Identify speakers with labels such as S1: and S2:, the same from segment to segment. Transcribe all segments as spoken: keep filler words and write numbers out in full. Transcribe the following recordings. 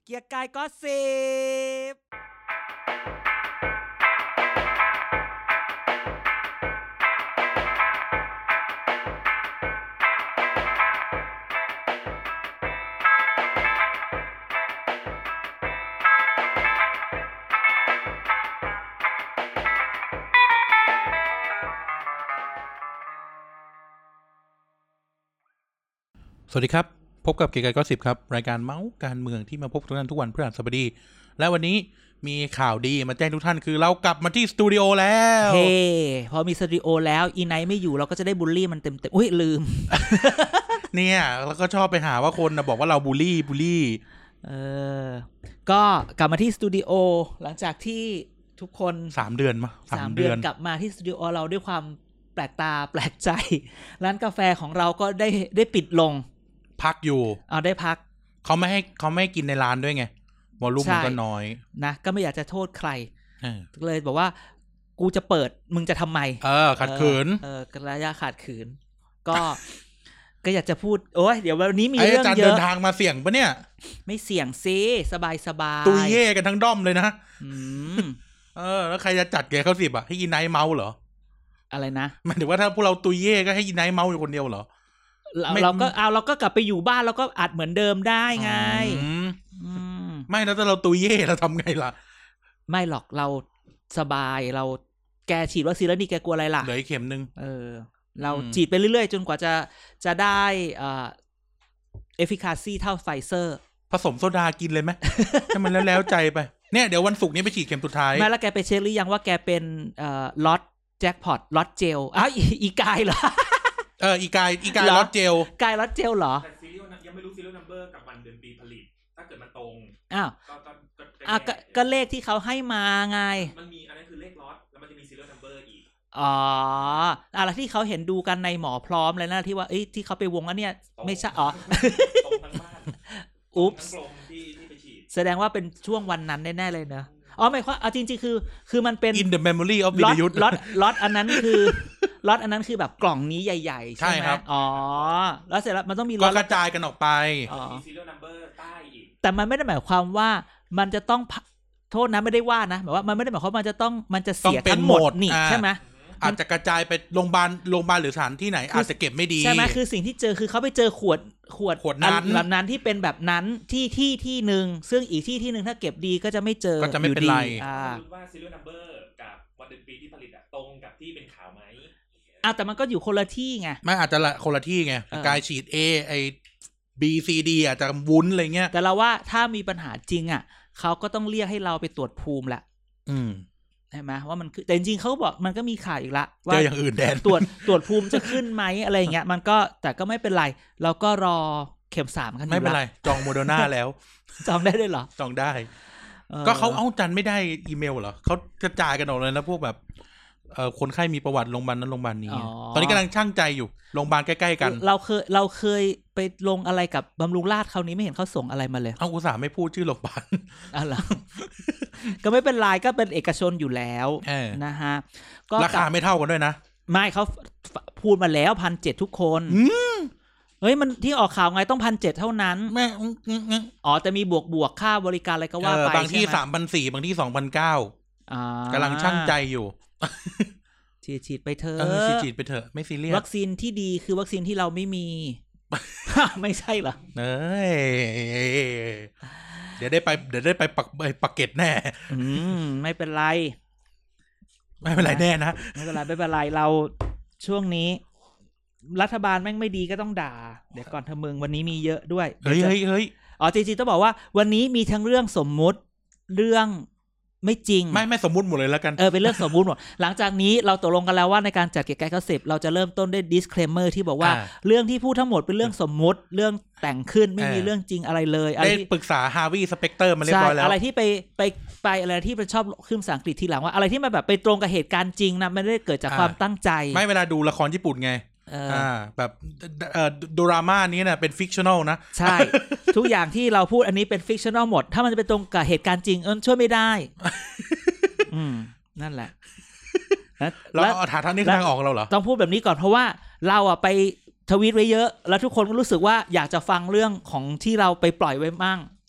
S1: กียร์กายก็สิบ
S2: สวัสดีครับพบกับเกียร์กายก็สิบครับรายการเมาส์การเมืองที่มาพบทุกท่านทุกวันพฤหัสบดีและวันนี้มีข่าวดีมาแจ้งทุกท่านคือเรากลับมาที่สตูดิโอแล้ว
S1: เฮ้ hey, พอมีสตูดิโอแล้วอีไนท์ไม่อยู่เราก็จะได้บูลลี่มันเต็มๆอุ้ยลืม
S2: เนี่ยแล้วก็ชอบไปหาว่าคนนะบอกว่าเราบูลลี่บูลลี่
S1: เออก็กลับมาที่สตูดิโอหลังจากที่ทุกคน
S2: สามเดือนมา
S1: สามเดือนกลับมาที่สตูดิโอเราด้วยความแปลกตาแปลกใจร้านกาแฟของเราก็ได้ได้ปิดลง
S2: พักอยู่
S1: เอาได้พัก
S2: เขาไม่ให้เขาไม่ให้กินในร้านด้วยไงวอลลุ่มมันก็น้อย
S1: นะก็ไม่อยากจะโทษใครเลยบอกว่ากูจะเปิดมึงจะทำไม
S2: เออขัดขืน
S1: เออระยะขาดขืนก็ก็อยากจะพูดโอ้ยเดี๋ยววันนี้มีเรื่องเยอะ
S2: เดินทางมาเสี่ยงปะเนี่ย
S1: ไม่เสี่ยงซิสบายสบาย
S2: ตุยเย่กันทั้งด้อมเลยนะเออแล้วใครจะจัดแกเขาสิบอ่ะให้กินไนท์เมาเหรอ
S1: อะไรนะ
S2: หมายถึงว่าถ้าพวกเราตุยเย่ก็ให้กินไนท์เมาอยู่คนเดียวเหรอ
S1: เราก็เอาเราก็กลับไปอยู่บ้านเราก็อัดเหมือนเดิมได้ไง
S2: ไม่แล้วถ้าเราตุยเย่เราทำไงล่ะ
S1: ไม่หรอกเราสบายเราแกฉีดวัคซีนแล้วนี่แกกลัวอะไรล่ะ
S2: เหลืออีกเข็มนึง
S1: เออเราฉีดไปเรื่อยๆจนกว่าจะจะได้อ่า efficacy เท่าไฟเซอร์
S2: ผสมโซดากินเลยไหม ให้มันแล้วๆใจไปเนี่ยเดี๋ยววันศุกร์นี้ไปฉีดเข็มสุดท้าย
S1: ไม่แล้วแกไปเช็คหรือยังว่าแกเป็นเอ่อล็อตแจ็คพอตล็อตเจลอ้าวอีกายเหรอ
S2: เอออีกายอีกายล็อตเจล
S1: กายล็อตเจลเหรอ
S3: แต่ซีรีส์ยังไม่รู้ซีรีส์นัมเบอร์กับวันเดือนปีผลิตถ้าเกิดมันตรง
S1: อ้าวก็ก็อ่ะก็ก็เลขที่เขาให้มาไง
S3: มันมีอันนั้นคือเลขล็อตแล้วมันจะมีซีรีส์นัมเบอร์อีก
S1: อ๋ออะไรที่เขาเห็นดูกันในหมอพร้อมเลยนะที่ว่าเอ้ยที่เขาไปวงอันเนี้ยไม่ใช่อ๋อ
S3: ตรงทั้งบ้าน
S1: อุ๊บ
S3: ทั้งกลมที่ที่ไปฉีด
S1: แสดงว่าเป็นช่วงวันนั้นแน่ๆเลยเนอะอ๋อหมายความเอาจริงๆคือคือมันเป็น
S2: in the memory of วิทยุ
S1: ล็อตล็อตอันนั้นคือล็อตอันนั้นคือแบบกล่องนี้ใหญ่ๆใช่ไหมอ๋อแล้วเสร็จแล้วมันต้องมี
S2: ล็อตกระจายกันออกไป
S3: มี serial number ใต้อีก
S1: แต่มันไม่ได้หมายความว่ามันจะต้องโทษนะไม่ได้ว่านะหมายว่ามันไม่ได้หมายความว่ามันจะต้องมันจะเสียทั้งหมดนี่ใช่ไหม
S2: อาจจะกระจายไปโรงพยาบาลโรงพยาบาลหรือสถานที่ไหนอาจจะเก็บไม่ดี
S1: ใช่ไหมคือสิ่งที่เจอคือเขาไปเจอขวดขวด
S2: ขวดนั้น
S1: แบบนั้นที่เป็นแบบนั้นที่ที่ที่หนึ่งซึ่งอีกที่ที่หนึ่งถ้าเก็บดีก็จะไม่เจอ
S2: ก็จะไม่เป็นไร
S3: อ่าว่า serial number กับวันเดือนปีที่ผลิตอะตรงกับที่เป็นข่าวไหม
S1: อ้าวแต่มันก็อยู่คนละที่ไง
S2: ไม่อาจจะคนละที่ไงกายฉีด A ไอ B C D อาจจะวุ้นอะไรเงี้ย
S1: แต่เราว่าถ้ามีปัญหาจริงอ่ะเขาก็ต้องเรียกให้เราไปตรวจภูมิแหละ
S2: อืม
S1: ใช่ไหมว่ามันคือแต่จริงๆเขาบอกมันก็มีข่าวอีกละ
S2: ว่าเจออย่างอื่นแทน
S1: ตรวจตรวจภูมิจะขึ้นไหมอะไรอย่างเงี้ยมันก็แต่ก็ไม่เป็นไรเราก็รอเข็มสามกันอยู่ละ
S2: ไม่เป็นไรจองโมเดอร์นาแล้ว
S1: จองได้ด้วยเหรอ
S2: จองได้ก็เขาเอาจันไม่ได้อีเมลเหรอเขากระจายกันออกเลยนะพวกแบบเอ่อคนไข้มีประวัติโรงพยาบาลนั้นโรงพยาบาลนี้ตอนนี้กำลังชั่งใจอยู่โรงพยาบาลใกล้ๆกัน
S1: เราเคยเราเคยไปลงอะไรกับบำรุงราษฎร์คราวนี้ไม่เห็นเขาส่งอะไรมาเลย
S2: เอาอุตส่าห์ไม่พูดชื่อโรงพยาบาล
S1: อะไรก็ไม่เป็นไรก็เป็นเอกชนอยู่แล้วนะฮะ
S2: ก็ราคาไม่เท่ากันด้วยนะ
S1: ไม่เขาพูดมาแล้วพันเจ็ดทุกคนเฮ้ยมันที่ออกข่าวไงต้องพันเจ็ดเท่านั้น
S2: แม่
S1: อ๋อแต่มีบวกบวกค่าบริการอะไรก็ว่าไป
S2: บางที่สามพันสี่บางที่สองพันเก้ากำลังชั่งใจอยู่
S1: ฉีดฉีดไปเถอะ
S2: เออฉีดฉีดไปเถอะไม่ซีเรียส
S1: วัคซีนที่ดีคือวัคซีนที่เราไม่มี ไม่ใช่เหรอ
S2: เอ้ยเดี๋ยวได้ไปเดี๋ยวได้ไปปักปักเก็ตแน่
S1: อืมไม่เป็นไร
S2: ไม่เป็นไรแน่นะ
S1: ไม่เป็นไรไม่เป็นไรเราช่วงนี้รัฐบาลแม่งไม่ดีก็ต้องด่าเดี๋ยวก่อนเธอมึงวันนี้มีเยอะด้วย
S2: เฮ้ยเฮ้ยเฮ้ย
S1: อ๋อจริงๆต้องบอกว่าวันนี้มีทั้งเรื่องสมมุติเรื่องไม่จริง
S2: ไม่ไม่สมมุติหมดเลยแล้วกัน
S1: เออเป็นเรื่องสมมุติหมดหลังจากนี้เราตกลงกันแล้วว่าในการจัดเกียร์กายก็สิบเราจะเริ่มต้นด้วย disclaimer ที่บอกว่าเรื่องที่พูดทั้งหมดเป็นเรื่องสมมุติเรื่องแต่งขึ้นไม่มีเรื่องจริงอะไรเลย
S2: ได้ปรึกษา Harvey Specter มาเรียบร้อยแล้ว
S1: อะไรที่ไปไปไปอะไรที่มันชอบขึ้นภาษาอังกฤษทีหลังว่าอะไรที่มันแบบไปตรงกับเหตุการณ์จริงนะไม่ได้เกิดจากความตั้งใจ
S2: ไม่เวลาดูละครญี่ปุ่นไงอ่าแบบเอ่อดราม่านี้น่ะเป็นฟิกชันนลนะ
S1: ใช่ทุกอย่างที่เราพูดอันนี้เป็นฟิกชันนลหมดถ้ามันจะไปตรงกับเหตุการณ์จริงเออช่วยไม่ได้อืมนั่นแหละ
S2: แล้วเอาถาทางนี้ทางออกเราเหรอ
S1: ต้องพูดแบบนี้ก่อนเพราะว่าเราอ่ะไปทวีตไว้เยอะแล้วทุกคนก็รู้สึกว่าอยากจะฟังเรื่องของที่เราไปปล่อยไว้มั่ง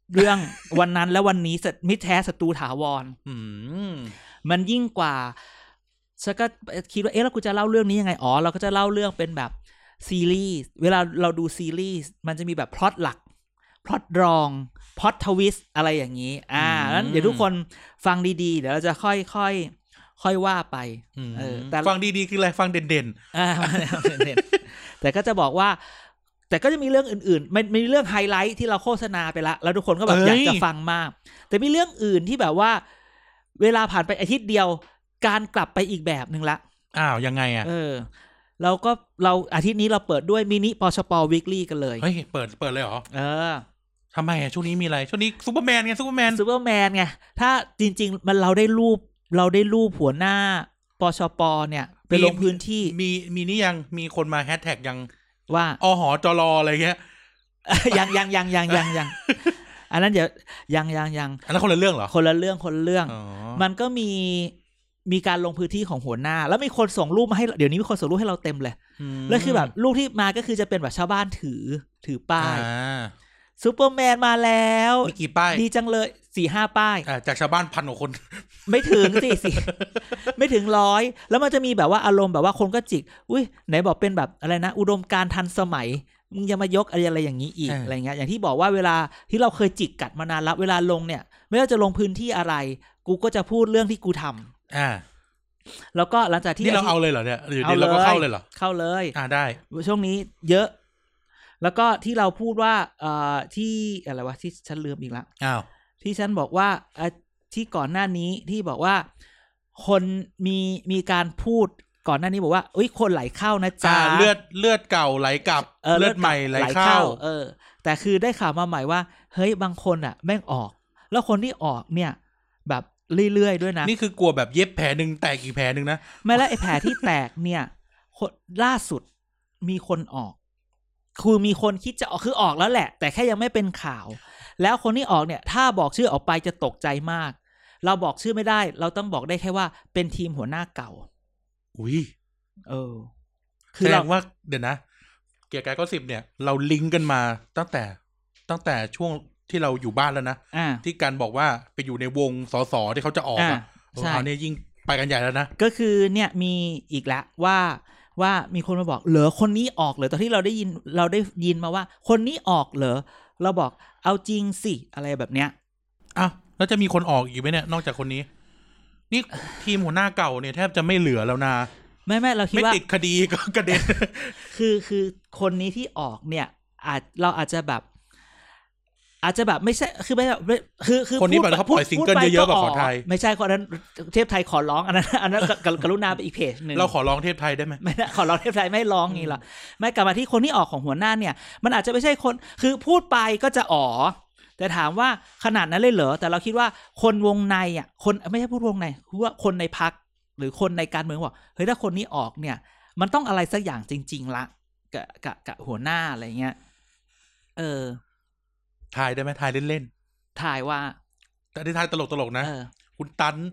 S1: เรื่องวันนั้นและวันนี้มิตรแท้ศัตรูถาวรมันยิ่งกว่าฉันก็คิดว่าเอ๊ะแล้วกูจะเล่าเรื่องนี้ยังไงอ๋อเราก็จะเล่าเรื่องเป็นแบบซีรีส์เวลาเราดูซีรีส์มันจะมีแบบพล็อตหลักพล็อตรองพล็อตทวิสต์อะไรอย่างนี้อ่างั้นเดี๋ยวทุกคนฟังดีๆเดี๋ยวเราจะค่อยๆค่อยว่าไปเออแต่
S2: ฟังดีๆคืออะไรฟังเด่นๆ
S1: อ่าเด่นๆแต่ก็จะบอกว่าแต่ก็จะมีเรื่องอื่นๆมันมีเรื่องไฮไลท์ที่เราโฆษณาไปละแล้วทุกคนก็แบบอยากจะฟังมากแต่มีเรื่องอื่นที่แบบว่าเวลาผ่านไปอาทิตย์เดียวการกลับไปอีกแบบนึงละ
S2: อ้าวยังไงอ่ะ
S1: เออเราก็เราอาทิตย์นี้เราเปิดด้วยมินิปชปวีคลี่กันเลย
S2: เฮ้ยเปิดเปิดเลยเหรอ
S1: เออ
S2: ทำไมอ่ะช่วงนี้มีอะไรช่วงนี้ซูเปอร์แมนไงซูเปอร์แมน
S1: ซูเปอร์แมนไงถ้าจริงๆมันเราได้รูปเราได้รูปหัวหน้าปชปเนี่ยไปลงพื้นที่
S2: มีมีนี่ยังมีคนมาแฮชแท็กยัง
S1: ว่า
S2: อหจรอะไรเงี้ย
S1: ยังยังยังยังยังยังอันนั้นเดี๋ยวยังยังยัง
S2: อันนั้นคนละเรื่องเหรอ
S1: คนละเรื่องคนละเรื่องมันก็มีมีการลงพื้นที่ของหัวหน้าแล้วมีคนส่งรูปมาให้เดี๋ยวนี้มีคนส่งรูปให้เราเต็มเลยแล้วคือแบบรูปที่มาก็คือจะเป็นแบบชาวบ้านถือถือป้ายซูเปอร์แมนมาแล้ว
S2: มีกี่ป้าย
S1: ดีจังเลยสี่ห้าป้าย
S2: จากชาวบ้านพันกว่าคน
S1: ไม่ถึงสิสิไม่ถึงร้อยแล้วมันจะมีแบบว่าอารมณ์แบบว่าคนก็จิกอุ้ยไหนบอกเป็นแบบอะไรนะอุดมการณ์ทันสมัยมึงจะมายกอะไรอะไรอย่างนี้อีกอะไรเงี้ยอย่างที่บอกว่าเวลาที่เราเคยจิกกัดมานานแล้วเวลาลงเนี่ยไม่ว่าจะลงพื้นที่อะไรกูก็จะพูดเรื่องที่กูทำ
S2: อ่า
S1: แล้วก็หลังจากที่
S2: นี่เราเอาเลยเหรอเนี่ยหรือเราก็เข้าเลยเหรอ
S1: เข้าเลย
S2: อ่าได้
S1: ช่วงนี้เยอะแล้วก็ที่เราพูดว่าเอ่อที่อะไรวะที่ฉันลืมอีกแล้ว
S2: อ้าว
S1: ที่ฉันบอกว่าที่ก่อนหน้านี้ที่บอกว่าคนมีมีการพูดก่อนหน้านี้บอกว่าเอ้ยคนไหลเข้านะจ๊ะ
S2: เลือดเลือดเก่าไหลกลับเลือดใหม่ไหลเข้า
S1: เออแต่คือได้ข่าวมาใหม่ว่าเฮ้ยบางคนอ่ะแม่งออกแล้วคนที่ออกเนี่ยแบบเรื่อยๆด้วยนะ
S2: นี่คือกลัวแบบเย็บแผลนึงแตกอีกแผลนึงนะ
S1: ไม่แล้วไอ้แผลที่แตกเนี่ยล่าสุดมีคนออกคือมีคนคิดจะออกคือออกแล้วแหละแต่แค่ยังไม่เป็นข่าวแล้วคนที่ออกเนี่ยถ้าบอกชื่อออกไปจะตกใจมากเราบอกชื่อไม่ได้เราต้องบอกได้แค่ว่าเป็นทีมหัวหน้าเก่า
S2: อุ้ย
S1: เออ
S2: คือแสดงว่าเดี๋ยวนะเกียร์กายก็สิบเนี่ยเราลิงก์กันมาตั้งแต่ตั้งแต่ช่วงที่เราอยู่บ้านแล้วนะที่การบอกว่าไปอยู่ในวงสสที่เขาจะออกอ่ะใช่อันนี้ยิ่งไปกันใหญ่แล้วนะ
S1: ก็คือเนี่ยมีอีกแล้วว่าว่ามีคนมาบอกเหรอคนนี้ออกเหรอตอนที่เราได้ยินเราได้ยินมาว่าคนนี้ออกเหรอเราบอกเอาจริงสิอะไรแบบเนี้ย
S2: อ้าวแล้วจะมีคนออกอีกไหมเนี่ยนอกจากคนนี้นี่ทีมหัวหน้าเก่าเนี่ยแทบจะไม่เหลือแล้วนะ
S1: ไม่ไม่เราคิดว่า
S2: ไม่ติดคดีก็กระเด็น
S1: คือคือคนนี้ที่ออกเนี่ยอาจเราอาจจะแบบอาจจะแบบไม่ใช่คือไม่คือคือ
S2: คนนี้แบบเขาปล่อยซิงเกิลเยอะๆแบบขอไทย
S1: ไม่ใช่คนนั้นเทพไทยขอร้องอันนั้นอันนั้นกรุณาไปอีกเพจนึง
S2: เราขอร้องเทพไทยได้ไหม
S1: ไม่ขอร้องเทพไทยไม่ร้องงี้หรอไม่กลับมาที่คนที่ออกของหัวหน้าเนี่ยมันอาจจะไม่ใช่คนคือพูดไปก็จะอ๋อแต่ถามว่าขนาดนั้นเลยเหรอแต่เราคิดว่าคนวงในอ่ะคนไม่ใช่พูดวงในคือว่าคนในพรรคหรือคนในการเมืองบอกเฮ้ยถ้าคนนี้ออกเนี่ยมันต้องอะไรสักอย่างจริงๆละกับกับกับหัวหน้าอะไรเงี้ยเออ
S2: ทายได้ไหมทายเล่น
S1: ๆทายว่า
S2: แต่ที่ทายตลกๆนะคุณตัน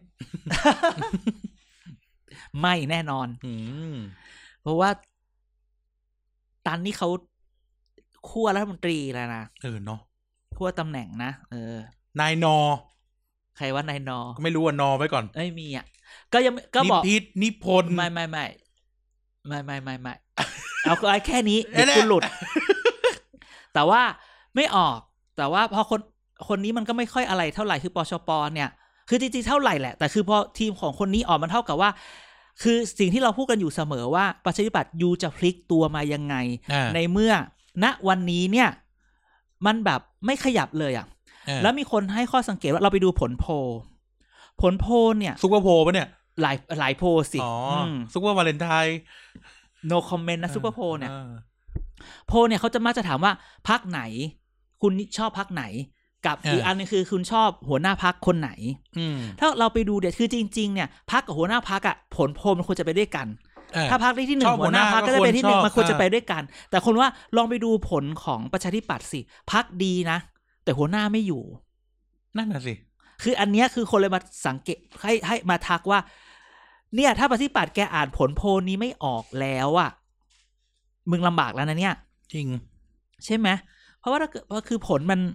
S1: ไม่แน่นอนเพราะว่าตันนี่เขาขั้วรัฐมนตรีแล้วนะ
S2: เออเนาะ
S1: ขั้วตำแหน่งนะเออน
S2: ายนอ
S1: ใครว่านายนอ
S2: ก็ไม่รู้ว่านอไว้ก่อน
S1: ไม่มีอ่ะก็ยังก็บอก
S2: นิพิษนิพนธ์
S1: ไม่ไม่ไม่ไม่ไม่ไม่ไม่เอาแค่นี้เดี๋ยวคุณหลุดแต่ว่าไม่ออกแต่ว่าพอคนคนนี้มันก็ไม่ค่อยอะไรเท่าไหร่คือปชปเนี่ยคือจริงๆเท่าไหร่แหละแต่คือพอทีมของคนนี้ออกมันเท่ากับว่าคือสิ่งที่เราพูดกันอยู่เสมอว่าประชาธิปัตย์ยูจะพลิกตัวมายังไงในเมื่อณวันนี้เนี่ยมันแบบไม่ขยับเลยอ่ะแล้วมีคนให้ข้อสังเกตว่าเราไปดูผลโพลผลโพลเนี่ย
S2: ซุปเปอร์โพลป่ะเนี่ย
S1: หลายหลายโพลสิ
S2: อ๋อซุปเปอร์วาเลนไทน์
S1: no comment นะซุปเปอร์โพลเนี่ยโพลเนี่ยเขาจะมาจะถามว่าพรรคไหนคุณชอบพรรคไหนกับอีกอันนึงคือคุณชอบหัวหน้าพรรคคนไหนถ้าเราไปดูเดี๋ยวคือจริงๆเนี่ยพรรคกับหัวหน้าพรรคอ่ะผลโพลมันควรจะไปด้วยกันถ้าพรรคที่หนึ่งหัวหน้าพรรคก็จะเป็นที่หนึ่งมันควรจะไปด้วยกันแต่คนว่าลองไปดูผลของประชาธิปัตย์สิพรรคดีนะแต่หัวหน้าไม่อยู่
S2: นั่นน่ะสิ
S1: คืออันเนี้ยคือคนเลยมาสังเกตให้ให้มาทักว่าเนี่ยถ้าประชาธิปัตย์แกอ่านผลโพลนี้ไม่ออกแล้วอ่ะมึงลำบากแล้วนะเนี่ย
S2: จริง
S1: ใช่ไหมเพราะว่าถ้าเกิดว่าคือผลมัน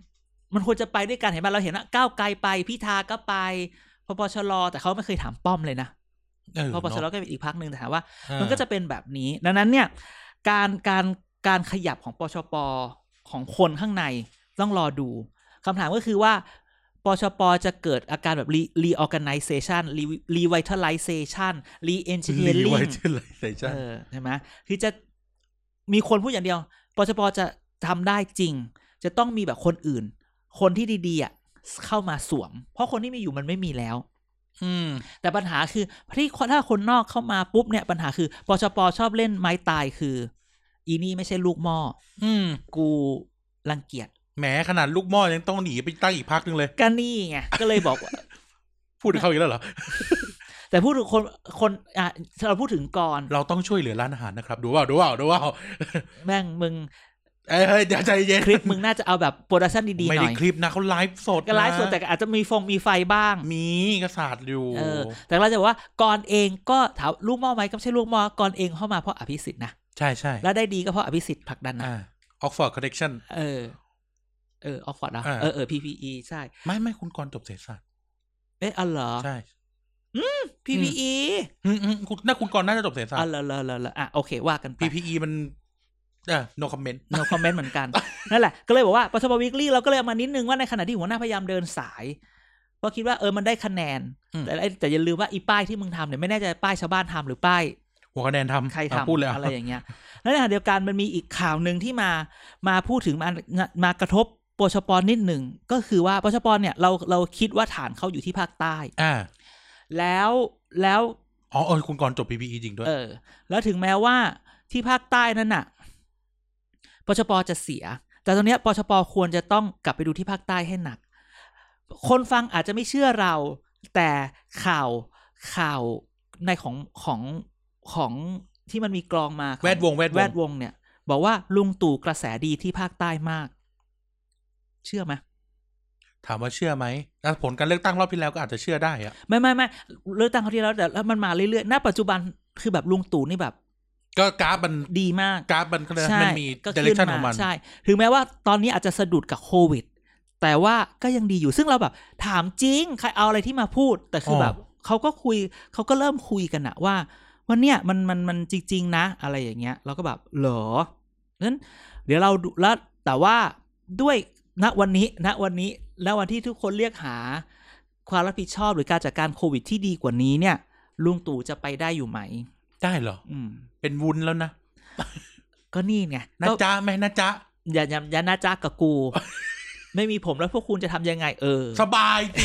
S1: มันควรจะไปด้วยกันเห็นไหมเราเห็นว่าก้าวไกลไปพิธาก็ไปพปชรแต่เขาไม่เคยถามป้อมเลยนะพปชรก็เป็นอีกพรรคนึงแต่ถามว่ามันก็จะเป็นแบบนี้ดังนั้นเนี่ยการการการขยับของปชปของคนข้างในต้องรอดูคำถามก็คือว่าปชปจะเกิดอาการแบบ reorganization revitalization re-engineering เออใช่ไหมคือจะมีคนพูดอย่างเดียวปชปจะทำได้จริงจะต้องมีแบบคนอื่นคนที่ดีๆอ่ะเข้ามาสวมเพราะคนที่มีอยู่มันไม่มีแล้วอืมแต่ปัญหาคือที่ถ้าคนนอกเข้ามาปุ๊บเนี่ยปัญหาคือปชปชอบเล่นไม้ตายคืออีนี่ไม่ใช่ลูกหม้ออืมกูรังเกียจ
S2: แหมขนาดลูกหม้อยังต้องหนีไปตั้งอีกพรรคนึงเลย
S1: ก็นี่ไงก็เลยบอกว่า
S2: พูดถึงเขาอีกแล้วเหรอ
S1: แต่พูดถึงคนคนอ่ะเราพูดถึงก่อน
S2: เราต้องช่วยเหลือร้านอาหารนะครับดูว่าดูว่าดูว่า
S1: แม่งมึง
S2: เอ้ยเฮ้ยใจเย็น
S1: คลิปมึงน่าจะเอาแบบโปรดักชั่นดีๆหน่อยไม่
S2: ได้คลิปนะเขาไลฟ์สด
S1: ก็ไลฟ์สดแต่อาจจะมีฟงมีไฟบ้าง
S2: มีกระสาดอยู่
S1: เออแต่เราจะบอกว่าก่อนเองก็ถามลูกหม้อไหมก็ไม่ใช่ลูกหม้อก่อนเองเข้ามาเพราะอภิสิทธิ์นะ
S2: ใช่ใช่
S1: แล้วได้ดีก็เพราะอภิสิทธิ์ผลักดันนะ
S2: ออกฟอร์ดคอนเนคชั่น
S1: เออเออออกฟอร์ดนะเออเออ พี พี อี ใช่
S2: ไม่ไม่คุณกรจบเศรษฐศาสตร์
S1: เอ๊ะอ๋อเหรอ
S2: ใช่
S1: อืม พี พี อี
S2: อืมอืมคุณน่าคุณกรน่าจะจบเศรษฐศาสตร์
S1: อ๋อเหรอเหรอเหรออ่ะโอเคว่ากันไป
S2: พี พี อี มันเออ no comment
S1: no comment เหมือนกันนั่นแหละก็เลยบอกว่าปชป weekly เราก็เลยเอามานิดนึงว่าในขณะที่หัวหน้าพยายามเดินสายเพราะคิดว่าเออมันได้คะแนนแต่แต่อย่าลืมว่าอีป้ายที่มึงทำเนี่ยไม่แน่ใจป้ายชาวบ้านทำหรือป้าย
S2: หัวคะแนนทำ
S1: ใครทำอะไรอย่างเงี้ยแล้วในขณะเดียวกันมันมีอีกข่าวนึงที่มามาพูดถึงมามากระทบปชปนิดหนึ่งก็คือว่าปชปเนี่ยเราเราคิดว่าฐานเขาอยู่ที่ภาคใต้
S2: อ่า
S1: แล้วแล้ว
S2: อ๋อเออคุณกรจบ พี พี อี จริงด้วย
S1: เออแล้วถึงแม้ว่าที่ภาคใต้นั่นน่ะปชปจะเสียแต่ตอนนี้ปชปควรจะต้องกลับไปดูที่ภาคใต้ให้หนักคนฟังอาจจะไม่เชื่อเราแต่ข่าวข่าวในของของของที่มันมีกรองมา
S2: แวดวงแวดวง
S1: แวดวงเนี่ยบอกว่าลุงตู่กระแสดีที่ภาคใต้มากเชื่อไหม
S2: ถามว่าเชื่อไหมผลการเลือกตั้งรอบที่แล้วก็อาจจะเชื่อได้อะ
S1: ไม่ไม่ไม่เลือกตั้งคราวที่แล้วแต่แล้วมันมาเรื่อยๆณปัจจุบันคือแบบลุงตู่นี่แบบ
S2: ก็กราฟมัน
S1: ดีมาก
S2: กราฟมันมันมี direction ของมัน
S1: ใช่ถึงแม้ว่าตอนนี้อาจจะสะดุดกับโควิดแต่ว่าก็ยังดีอยู่ซึ่งเราแบบถามจริงใครเอาอะไรที่มาพูดแต่คือแบบเขาก็คุยเขาก็เริ่มคุยกันนะว่าวันเนี้ยมันมันมันจริงๆนะอะไรอย่างเงี้ยเราก็แบบเหรอนั้นเดี๋ยวเราแล้วแต่ว่าด้วยณวันนี้ณวันนี้แล้ววันที่ทุกคนเรียกหาความรับผิดชอบหรือการจัดการโควิดที่ดีกว่านี้เนี่ยลุงตู่จะไปได้อยู่ไหม
S2: ได้เหรออืมเป็นวุ้นแล้วนะ
S1: ก็นี่ไง
S2: นะจ๊ะแม่นะจ๊ะ
S1: อย่าอย่าอย่านะจ๊ะกับกูไม่มีผมแล้วพวกคุณจะทำยังไงเออ
S2: สบายสิ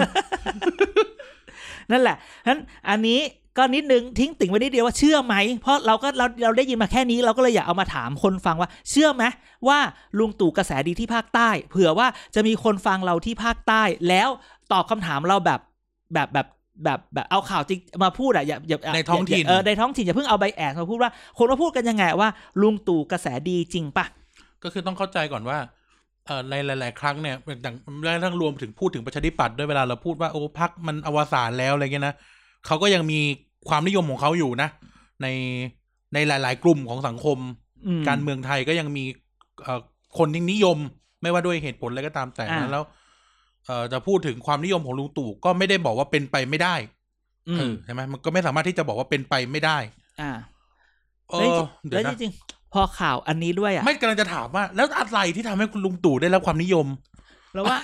S1: นั่นแหละฉะนั้นอันนี้ก็นิดนึงทิ้งติ่งไว้นิดเดียวว่าเชื่อไหมเพราะเราก็เราเราได้ยินมาแค่นี้เราก็เลยอยากเอามาถามคนฟังว่าเชื่อไหมว่าลุงตู่กระแสดีที่ภาคใต้เผื่อว่าจะมีคนฟังเราที่ภาคใต้แล้วตอบคำถามเราแบบแบบแบบแบบแบบเอาข่าวจริงมาพูดอ่ะอย่าอย่า
S2: ในท้องถิ่น
S1: เออในท้องถิ่นอย่าเพิ่งเอาใบแอดมาพูดว่าคนมาพูดกันยังไงว่าลุงตู่กระแสดีจริงปะ
S2: ก็คือต้องเข้าใจก่อนว่าเอ่อในหลายๆครั้งเนี่ยอย่างแม้กระทั่งรวมถึงพูดถึงประชาธิปัตย์ด้วยเวลาเราพูดว่าโอ้พรรคมันอวสานแล้วอะไรเงี้ยนะเขาก็ยังมีความนิยมของเขาอยู่นะในในหลายๆกลุ่มของสังคมการเมืองไทยก็ยังมีเอ่อคนที่นิยมไม่ว่าด้วยเหตุผลอะไรก็ตามแต่นะแล้วเอ่อจะพูดถึงความนิยมของลุงตู่ก็ไม่ได้บอกว่าเป็นไปไม่ได้เออใช่ไหมมันก็ไม่สามารถที่จะบอกว่าเป็นไปไม่ได้อ่า
S1: เออแล้วจริงๆพอข่าวอันนี้ด้วยอ่ะ
S2: ไม่กำลังจะถามว่าแล้วอะไรที่ทำให้คุณลุงตู่ได้รับความนิยม
S1: แล้วว่า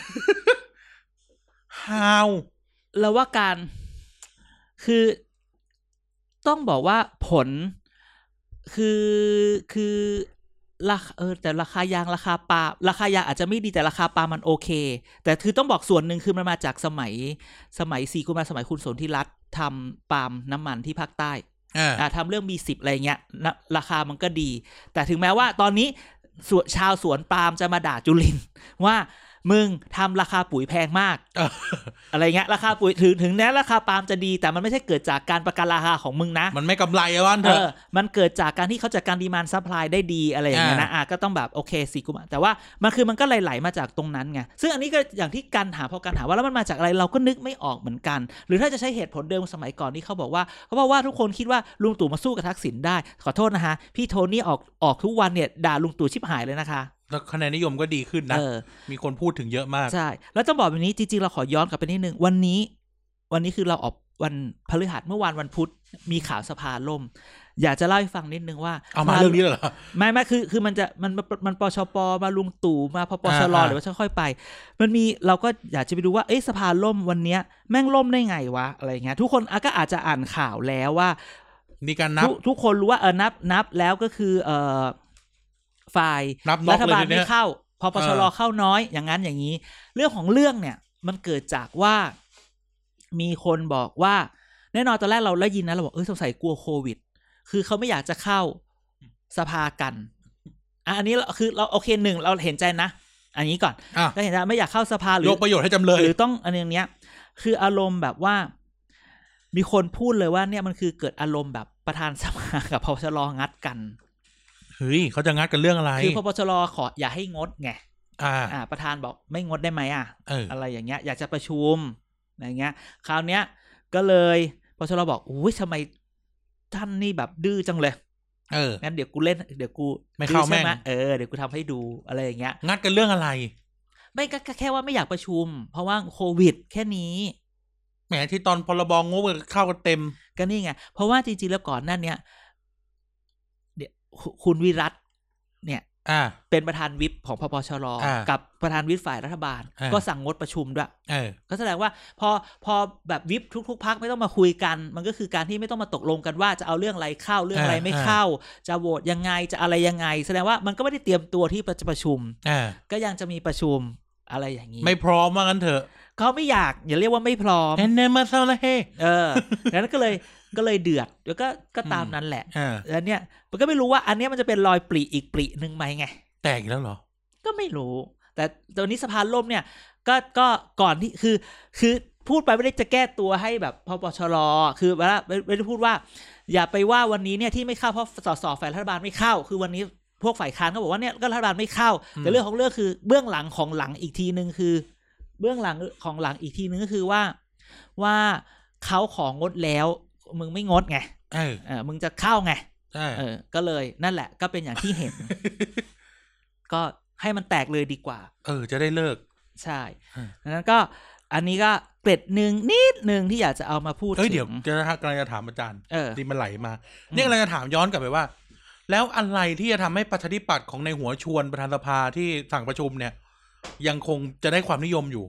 S2: how
S1: แล้วว่าการคือต้องบอกว่าผลคือคือราคาเออแต่ราคายางราคาปาล์มราคายางอาจจะไม่ดีแต่ราคาปาล์มมันโอเคแต่คือต้องบอกส่วนหนึ่งคือมันมาจากสมัยสมัยสี่กุมภาสมัยคุณสนธิรัตน์ทำปาล์มน้ำมันที่ภาคใต้อ่าทำเรื่อง บี สิบ อะไรเงี้ยราคามันก็ดีแต่ถึงแม้ว่าตอนนี้ชาวสวนปาล์มจะมาด่าจุลินว่ามึงทำราคาปุ๋ยแพงมาก อะไรเงี้ยราคาปุ๋ยถึงถึงแม้ราคาปาล์มจะดีแต่มันไม่ใช่เกิดจากการประกันราคาของมึงนะ
S2: มันไม่กำไรอ่ะวันเถอะ
S1: มันเกิดจากการที่เขาจัดการดีมานด์ซัพพลายได้ดีอะไรอย่างเงี้ยนะอ่ะก็ต้องแบบโอเคสิกุมแต่ว่ามันคือมันก็ไหลๆมาจากตรงนั้นไงซึ่งอันนี้ก็อย่างที่การถามพอการถามว่าแล้วมันมาจากอะไรเราก็นึกไม่ออกเหมือนกันหรือถ้าจะใช้เหตุผลเดิมสมัยก่อนที่เขาบอกว่าเขาบอกว่าทุกคนคิดว่าลุงตู่มาสู้กับทักษิณได้ขอโทษนะฮะพี่โทนี่ออกออกทุกวันเนี่ยด่าลุงตู่ชิบหายเลยนะคะ
S2: แล้วคะแนนนิยมก็ดีขึ้นนะมีคนพูดถึงเยอะมาก
S1: ใช่แล้วต้องบอกแบบนี้จริงๆเราขอย้อนกลับไปนิดนึงวันนี้วันนี้คือเราออกวันพฤหัสเมื่อวานวันพุธมีข่าวสภาล่มอยากจะเล่าให้ฟังนิดนึงว่า
S2: เอามาเรื่องนี้เหรอ
S1: ไม่ไม่คือคือมันจะมันมันปชปมาลุงตู่มาพปชรหรือว่าค่อยๆไปมันมีเราก็อยากจะไปดูว่าเอ๊ะสภาล่มวันเนี้ยแม่งล่มได้ไงวะอะไรเงี้ยทุกคนก็อาจจะอ่านข่าวแล้วว่า
S2: มีการนับ
S1: ทุกคนรู้ว่าเออนับนับแล้วก็คือเอ่อฝ่ายรัฐบาลไม่เข้าพปชรเข้าน้อยอย่างนั้นอย่างนี้เรื่องของเรื่องเนี่ยมันเกิดจากว่ามีคนบอกว่าแน่นอนตอนแรกเราได้ยินนะเราบอกเออสงสัยกลัวโควิดคือเขาไม่อยากจะเข้าสภากันอ่ะอันนี้คือเราโอเคหนึ่งเราเห็นใจนะอันนี้ก่อนก็เห็นใจไม่อยากเข้าสภาหรือย
S2: กประโยชน์ให้จำเลย
S1: หรือต้องอันนี้คืออารมณ์แบบว่ามีคนพูดเลยว่าเนี่ยมันคือเกิดอารมณ์แบบประธานสภากับพปชรงัดกัน
S2: เฮ้ยเขาจะงัดกันเรื่องอะไร
S1: คือพปชรขออย่าให้งดไง
S2: อ่า
S1: อ่าประธานบอกไม่งดได้ไหมอ่ะ
S2: เออ
S1: อะไรอย่างเงี้ยอยากจะประชุมอะไรเงี้ยคราวเนี้ยก็เลยพปชรบอกอุ้ยทำไมท่านนี่แบบดื้อจังเลย
S2: เออ
S1: งั้นเดี๋ยวกูเล่นเดี๋ยวกู
S2: ไม่เข้าแม่ง
S1: เออเดี๋ยวกูทำให้ดูอะไรอย่างเงี้ย
S2: งัดกันเรื่องอะไร
S1: ไม่ก็แค่ว่าไม่อยากประชุมเพราะว่าโควิดแค่นี้
S2: แหมที่ตอนพรบงบเข้ากันเต็ม
S1: ก็นี่ไงเพราะว่าจริงๆแล้วก่อนหน้านี้เดี๋ยวคุณวิรัตเนี่ยเป็นประธานวิปของพปชรกับประธานวิปฝ่ายรัฐบาลก็สั่งงดประชุมด้วยก็แสดงว่าพอพอแบบวิปทุกๆพรรคไม่ต้องมาคุยกันมันก็คือการที่ไม่ต้องมาตกลงกันว่าจะเอาเรื่องอะไรเข้าเรื่องอะไรไม่เข้าจะโหวตยังไงจะอะไรยังไงแสดงว่ามันก็ไม่ได้เตรียมตัวที่จะประชุมก็ยังจะมีประชุมอะไรอย่างนี้
S2: ไม่พร้อมว่างั้นเถอะ
S1: เขาไม่อยากอย่าเรียกว่าไม่พร้อม
S2: เอ็นเนมาซาลาเฮ
S1: เออแล้วก็เลยก็เลยเดือดแล้วก็ก็ตามนั้นแหละแล้วเนี่ยมันก็ไม่รู้ว่าอันนี้มันจะเป็นรอยปริอีกปรินึงไหมไง
S2: แตกแล้วเหรอ
S1: ก็ไม่รู้แต่ตอนนี้สภาล่มเนี่ยก็ก็ก่อนที่คือคือพูดไปไม่ได้จะแก้ตัวให้แบบพปชรคือว่าไม่ได้พูดว่าอย่าไปว่าวันนี้เนี่ยที่ไม่เข้าเพราะสสฝ่ายรัฐบาลไม่เข้าคือวันนี้พวกฝ่ายค้านก็บอกว่าเนี่ยก็รัฐบาลไม่เข้าแต่เรื่องของเรื่องคือเบื้องหลังของหลังอีกทีนึงคือเบื้องหลังของหลังอีกทีนึงก็คือว่าว่าเขาของงดแล้วมึงไม่งดไงเออเออมึงจะเข้าไงเออก็เลยนั่นแหละก็เป็นอย่างที่เห็น ก็ให้มันแตกเลยดีกว่า
S2: เออจะได้เลิก
S1: ใช่ดังนั้นก็อันนี้ก็เกร็ดหนึ่งนิดนึงที่อยากจะเอามาพูดถึง
S2: เฮ้ยเดี๋ยวจะกำลังจะถามอาจารย์ที่มันไหลมาเนี่ยกำลังจะถามย้อนกลับไปว่าแล้วอะไรที่จะทำให้ประชาธิปัตย์ของในหัวชวนประธานสภาที่สั่งประชุมเนี่ยยังคงจะได้ความนิยมอยู่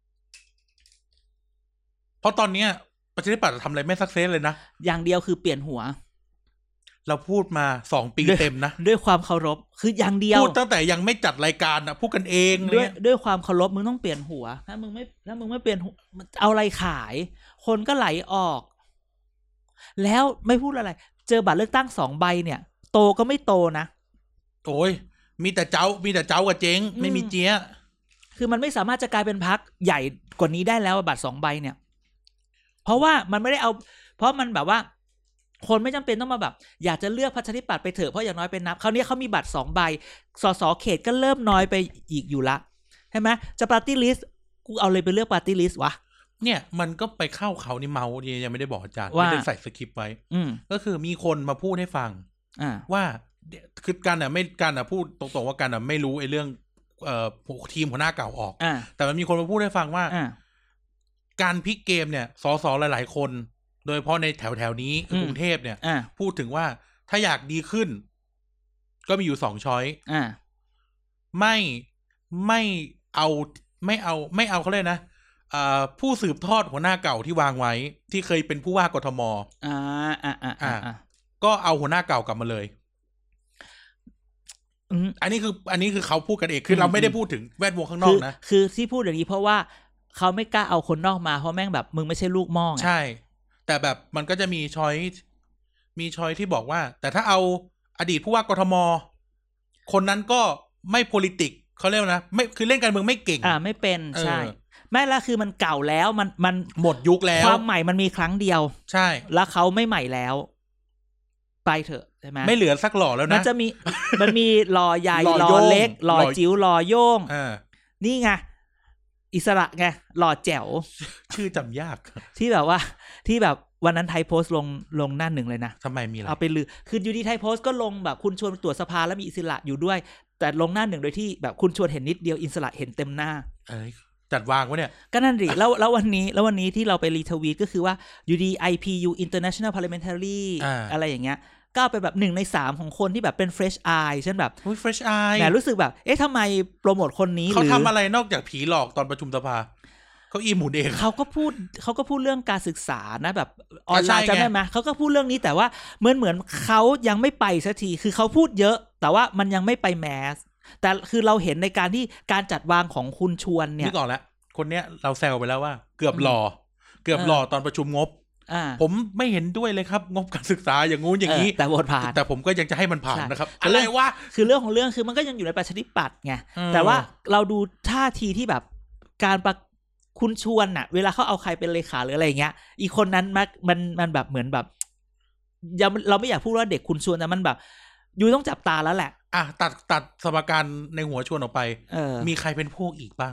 S2: เพราะตอนนี้ประชาธิปัตย์ทำอะไรไม่ซักเซสเลยนะ
S1: อย่างเดียวคือเปลี่ยนหัว
S2: เราพูดมาสองปีเต็มนะ
S1: ด้วยความเคารพคืออย่างเดียว
S2: พูดตั้งแต่ยังไม่จัดรายการนะพูดกันเอง
S1: ด้วยด้วยความเคารพมึงต้องเปลี่ยนหัวถ้ามึงไม่ถ้ามึงไม่เปลี่ยนเอาอะไรขายคนก็ไหลออกแล้วไม่พูดอะไรเจอบัตรเลือกตั้งสองใบเนี่ยโตก็ไม่โตนะ
S2: โอ้ยมีแต่เจ้ามีแต่เจ้ากับเจ๊งไม่มีเจี๊ย
S1: คือมันไม่สามารถจะกลายเป็นพรรคใหญ่กว่านี้ได้แล้วบัตรสองใบเนี่ยเพราะว่ามันไม่ได้เอาเพราะมันแบบว่าคนไม่จำเป็นต้องมาแบบอยากจะเลือกประชาธิปัตย์ไปเถอะเพราะอย่างน้อยเป็นนับคราวนี้เขามีบัตรสองใบสสเขตก็เริ่มน้อยไปอีกอยู่ละใช่ไหมจะปาร์ตี้ลิสต์กูเอาเลยไปเลือกปาร์ตี้ลิสต์วะ
S2: เนี่ยมันก็ไปเข้าเขานี่เมาดียังไม่ได้บอกอาจารย์ไม่ได้ใส่สคริปต์ไว้ก็คือมีคนมาพูดให้ฟังว่าคือการอ่ะไม่การอ่ะพูดตรงๆว่าการอ่ะไม่รู้ไอ้เรื่องเอ่อทีมหัวหน้าเก่าออกแต่มันมีคนมาพูดให้ฟังว่าการพลิกเกมเนี่ยสสหลายๆคนโดยเฉพาะในแถวแถวนี้กรุงเทพเนี่ยพูดถึงว่าถ้าอยากดีขึ้นก็มีอยู่สองช้อยไม่ไม่เอาไม่เอาไม่เอาเขาเลยนะผู้สืบทอดหัวหน้าเก่าที่วางไว้ที่เคยเป็นผู้ว่ากทมอ่าอ่าอ่าอ่าก็เอาหัวหน้าเก่ากลับมาเลยอันนี้คืออันนี้คือเขาพูดกันเองคือเราไม่ได้พูดถึงแวดวงข้างนอกนะ
S1: คือที่พูดอย่างนี้เพราะว่าเขาไม่กล้าเอาคนนอกมาเพราะแม่งแบบมึงไม่ใช่ลูกม่อง
S2: ใช่แต่แบบมันก็จะมีช้อยมีช้อยที่บอกว่าแต่ถ้าเอาอดีตผู้ว่ากทมคนนั้นก็ไม่ politics เขาเรียกนะไม่คือเล่นการเมืองไม่เก่ง
S1: อ่าไม่เป็นใช่ไม่ละคือมันเก่าแล้วมันมัน
S2: หมดยุคแล้ว
S1: ความใหม่มันมีครั้งเดียว
S2: ใช่
S1: แล้วเขาไม่ใหม่แล้วไปเถอะใช่ไหม
S2: ไม่เหลือสักหล่อแล้วนะ
S1: มันจะมีมันมีหล่อใหญ่หล่อเล็กหล่อจิ๋วหล่อโย่งนี่ไงอิสระไงหล่อแจ๋ว
S2: ชื่อจำยาก
S1: ที่แบบว่าที่แบบวันนั้นไทยโพสต์ลงลงหน้าหนึ่งเลยนะ
S2: ทำไมมีอะไร
S1: เอาไปลือคืออยู่ดีไทยโพสต์ก็ลงแบบคุณชวนตรวจสภาแล้วมีอิสระอยู่ด้วยแต่ลงหน้าหนึ่งโดยที่แบบคุณชวนเห็นนิดเดียวอินสระเห็นเต็มหน้า
S2: เอ้ยจัดวางวะเนี่ย
S1: ก็นั่นดิแล้วแล้ววันนี้แล้ววันนี้ที่เราไปรีทวีตก็คือว่า ยู ดี ไอ พี ยู International Parliamentary อ, อะไรอย่างเงี้ยก็เป็นแบบหนึ่งในสามของคนที่แบบเป็น fresh eye เช่นแบบ
S2: โอ้ย fresh eye
S1: แต่รู้สึกแบบเอ๊ะทำไมโปรโมทคนนี้
S2: เขาทำอะไรนอกจากผีหลอกตอนประชุมสภาเขาอีหมุนเอง
S1: เขาก็พูดเขาก็พูดเรื่องการศึกษานะแบบออนไลน์จำได้ไหมเขาก็พูดเรื่องนี้แต่ว่าเหมือนเหมือนเขายังไม่ไปสักทีคือเขาพูดเยอะแต่ว่ามันยังไม่ไปแมสแต่คือเราเห็นในการที่การจัดวางของคุณชวนเนี่ย
S2: นึกออกแล้วคนเนี้ยเราแซวไปแล้วว่าเกือบหล่อเกือบหล่อตอนประชุมงบผมไม่เห็นด้วยเลยครับงบการศึกษาอย่างงู้นอย่างนี้
S1: แต่โหวตผ่าน
S2: แต่ผมก็ยังจะให้มันผ่านนะครับอะไรวะ
S1: คือเรื่องของเรื่องคือมันก็ยังอยู่ในประชาธิปัตย์ไงแต่ว่าเราดูท่าทีที่แบบการประคุณชวนน่ะเวลาเขาเอาใครเป็นเลขาหรืออะไรเงี้ยอีคนนั้นมันมันมันแบบเหมือนแบบยังเราไม่อยากพูดว่าเด็กคุณชวนแต่มันแบบอยู่ต้องจับตาแล้วแหละ
S2: อ่ะตัดตัดสมการในหัวชวนออกไป
S1: อ
S2: มีใครเป็นพวกอีกบ้าง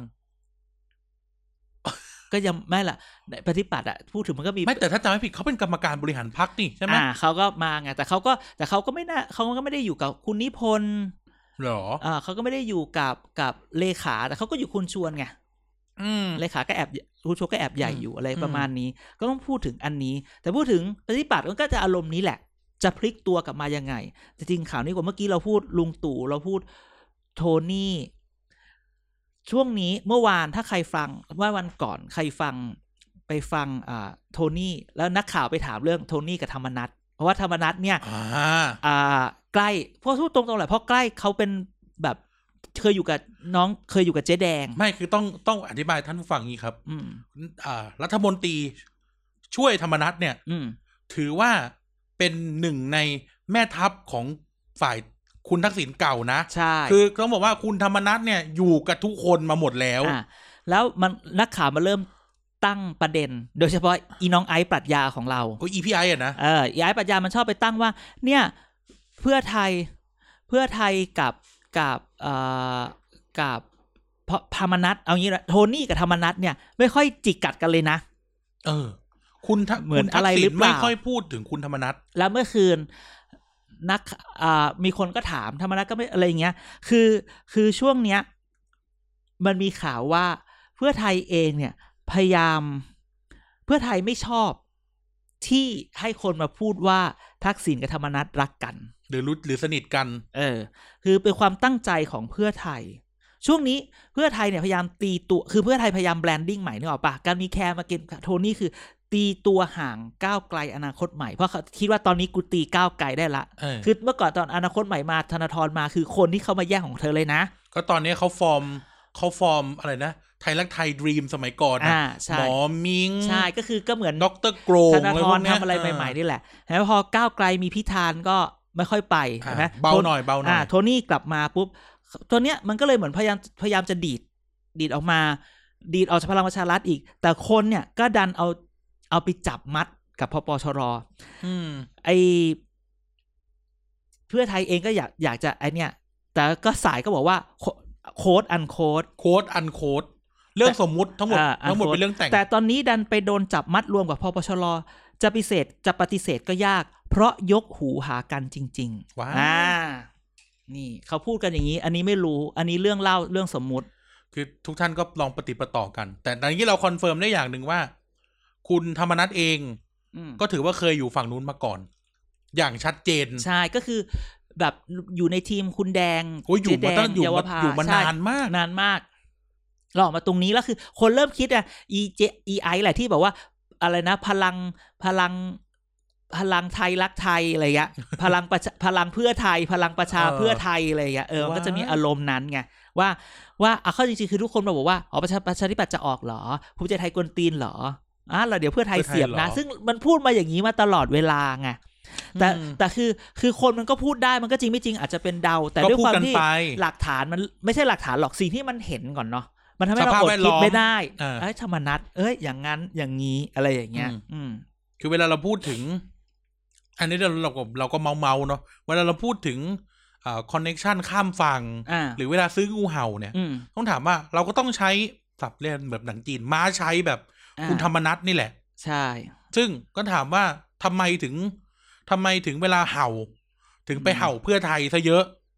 S1: ก็ยังไม่ล่ะปฏิปัติอะพูดถึงมันก็มี
S2: ไม่แต่ถ้าจำไม่ผิดเขาเป็นกรรมการบริหารพรรคนี่ใช่ไหม
S1: อ่าเขาก็มาไงแต่เขาก็แต่เขาก็ไม่น่าเขาก็ไม่ได้อยู่กับคุณนิพนธ์
S2: หรอ
S1: อ่าเขาก็ไม่ได้อยู่กับกับเลขาแต่เขาก็อยู่คุณชวนไงเลขาก็แอบคุณชวนก็แอบใหญ่อยู่อะไรประมาณนี้ก็ต้องพูดถึงอันนี้แต่พูดถึงปฏิปัติมันก็จะอารมณ์นี้แหละจะพลิกตัวกลับมายังไงแต่จริงข่าวนี้กว่าเมื่อกี้เราพูดลุงตู่เราพูดโทนี่ช่วงนี้เมื่อวานถ้าใครฟังเมื่อวันก่อนใครฟังไปฟังอ่าโทนี่แล้วนักข่าวไปถามเรื่องโทนี่กับธรรมนัสเพราะว่าธรรมนัสเนี่ย
S2: อ่า
S1: อ่าใกล้เพราะพูดตรงๆแหละเพราะใกล้เขาเป็นแบบเคยอยู่กับน้องเคยอยู่กับเจ๊แดง
S2: ไม่คือต้องต้องอธิบายท่านผู้ฟังงี้ครับ
S1: อืม
S2: อ่ารัฐมนตรีช่วยธรรมนัสเนี่ย
S1: อืม
S2: ถือว่าเป็นหนึ่งในแม่ทัพของฝ่ายคุณทักษิณเก่านะ
S1: ใช่
S2: คือต้องบอกว่าคุณธรรมนัสเนี่ยอยู่กับทุกคนมาหมดแล้ว
S1: อ่าแล้วมันนักข่าวมาเริ่มตั้งประเด็นโดยเฉพาะอีน้องไอซ์ปรัชญาของเรา
S2: โอ้ อี พี ไอ อ่ะนะ
S1: เอออีไอซ์ปรัชญามันชอบไปตั้งว่าเนี่ยเพื่อไทยเพื่อไทยกับกับเอ่อกับเพราะธรรมนัสเอางี้ละโทนี่กับธรรมนัสเนี่ยไม่ค่อยจิกกัดกันเลยนะ
S2: เออคุณ
S1: เหมือนอะไรหรือเปล่า
S2: ไม่ค่อยพูดถึงคุณธรรมนัส
S1: แล้วเมื่อคืนนักอ่ามีคนก็ถามธรรมนัสก็ไม่อะไรอย่างเงี้ยคือคือช่วงเนี้ยมันมีข่าวว่าเพื่อไทยเองเนี่ยพยายามเพื่อไทยไม่ชอบที่ให้คนมาพูดว่าทักษิณกับธรรมนัสรักกัน
S2: หรือรู้หรือสนิทกัน
S1: เออคือเป็นความตั้งใจของเพื่อไทยช่วงนี้เพื่อไทยเนี่ยพยายามตีตัวคือเพื่อไทยพยายามแบรนดิ้งใหม่นึกออกปะการมีแคร์มาเก็นโทนี่คือตีตัวห่างก้าวไกลอนาคตใหม่เพราะเขาคิดว่าตอนนี้กูตีก้าวไกลได้ละคือเมื่อก่อนตอนอนาคตใหม่มาธนาธรมาคือคนที่เข้ามาแย่งของเธอเลยนะ
S2: ก็ตอนนี้เขาฟอร์มเขาฟอร์มอะไรนะไทยรักไทยดรีมสมัยก่อนนะหมอมิง
S1: ใช่ก็คือก็เหมือน
S2: ดร.โกรง
S1: ธนาธรทำอะไรใหม่ๆนี่แหละแล้วพอก้าวไกลมีพิธานก็ไม่ค่อยไปใช่ไหม
S2: เบาหน่อยเบาหน่อย
S1: โทนี่กลับมาปุ๊บตัวเนี้ยมันก็เลยเหมือนพยายามพยายามจะดีดดีดออกมาดีดออกจากพลังประชารัฐอีกแต่คนเนี่ยก็ดันเอาเอาไปจับมัดกับพปชร
S2: อืม
S1: ไอเพื่อไทยเองก็อยากอยากจะไอเนี้ยแต่ก็สายก็บอกว่าโค้ดอันโค้ด
S2: โค้ดอันโค้ดเรื่องสมมุติทั้งหมดทั้งหมดเป็นเรื่องแต่ง
S1: แต่ตอนนี้ดันไปโดนจับมัดรวมกับพปชรจะปฏิเสธจะปฏิเสธก็ยากเพราะยกหูหากันจริง
S2: ๆว้า
S1: อ่านี่เขาพูดกันอย่างนี้อันนี้ไม่รู้อันนี้เรื่องเล่าเรื่องสมมุติ
S2: คือทุกท่านก็ลองปฏิปต่อกันแต่ตอนนี้เราคอนเฟิร์มได้อย่างหนึ่งว่าคุณธรรมนัสเองก็ถือว่าเคยอยู่ฝั่งนู้นมาก่อนอย่างชัดเจน
S1: ใช่ก็คือแบบอยู่ในทีมคุณแดง
S2: โอ้ยอยู่มาตั้งอยู่มาอยู่มานานมาก
S1: นานมากหลอกมาตรงนี้แล้วคือคนเริ่มคิดอ่ะ อี เจ อี ไอ แหละที่บอกว่าอะไรนะพลังพลังพลังไทยรักไทยอะไรเงี้ยพลังประพลังเพื่อไทยพลังประชาเพื่อไทยอะไรเงี้ยเออมันก็จะมีอารมณ์นั้นไงว่าว่าเอาเข้าจริงๆคือทุกคนมาบอกว่าอ๋อประชาประชาธิปัตย์จะออกเหรอภูมิใจไทยกวนตีนเหรออ่ะเราเดี๋ยวเพื่อไทยเสียบนะซึ่งมันพูดมาอย่างนี้มาตลอดเวลาไงแต่แต่คือคือคนมันก็พูดได้มันก็จริงไม่จริงอาจจะเป็นเดาแต่ด้วยความที่หลักฐานมันไม่ใช่หลักฐานหรอกสิ่งที่มันเห็นก่อนเนาะมันทำให้เราอดคิดไม่ได้เอ้ยธรรมนัสเอ้ยอย่างนั้นอย่างนี้อะไรอย่างเงี้ยอืม
S2: คือเวลาเราพูดถึงอันนี้เราเราก็เราก็เมาเมาเนาะเวลาเราพูดถึงอ่าคอนเนคชั่นข้ามฝั่งหรือเวลาซื้องูเห่าเนี่ยต้องถามว่าเราก็ต้องใช้ศัพท์เรียนแบบหนังจีนม้าใช้แบบคุณธรรมนัสนี่แหละ
S1: ใช่
S2: ซึ่งก็ถามว่าทำไมถึงทำไมถึงเวลาเห่าถึงไปเห่าเพื่อไทยซะเยอะ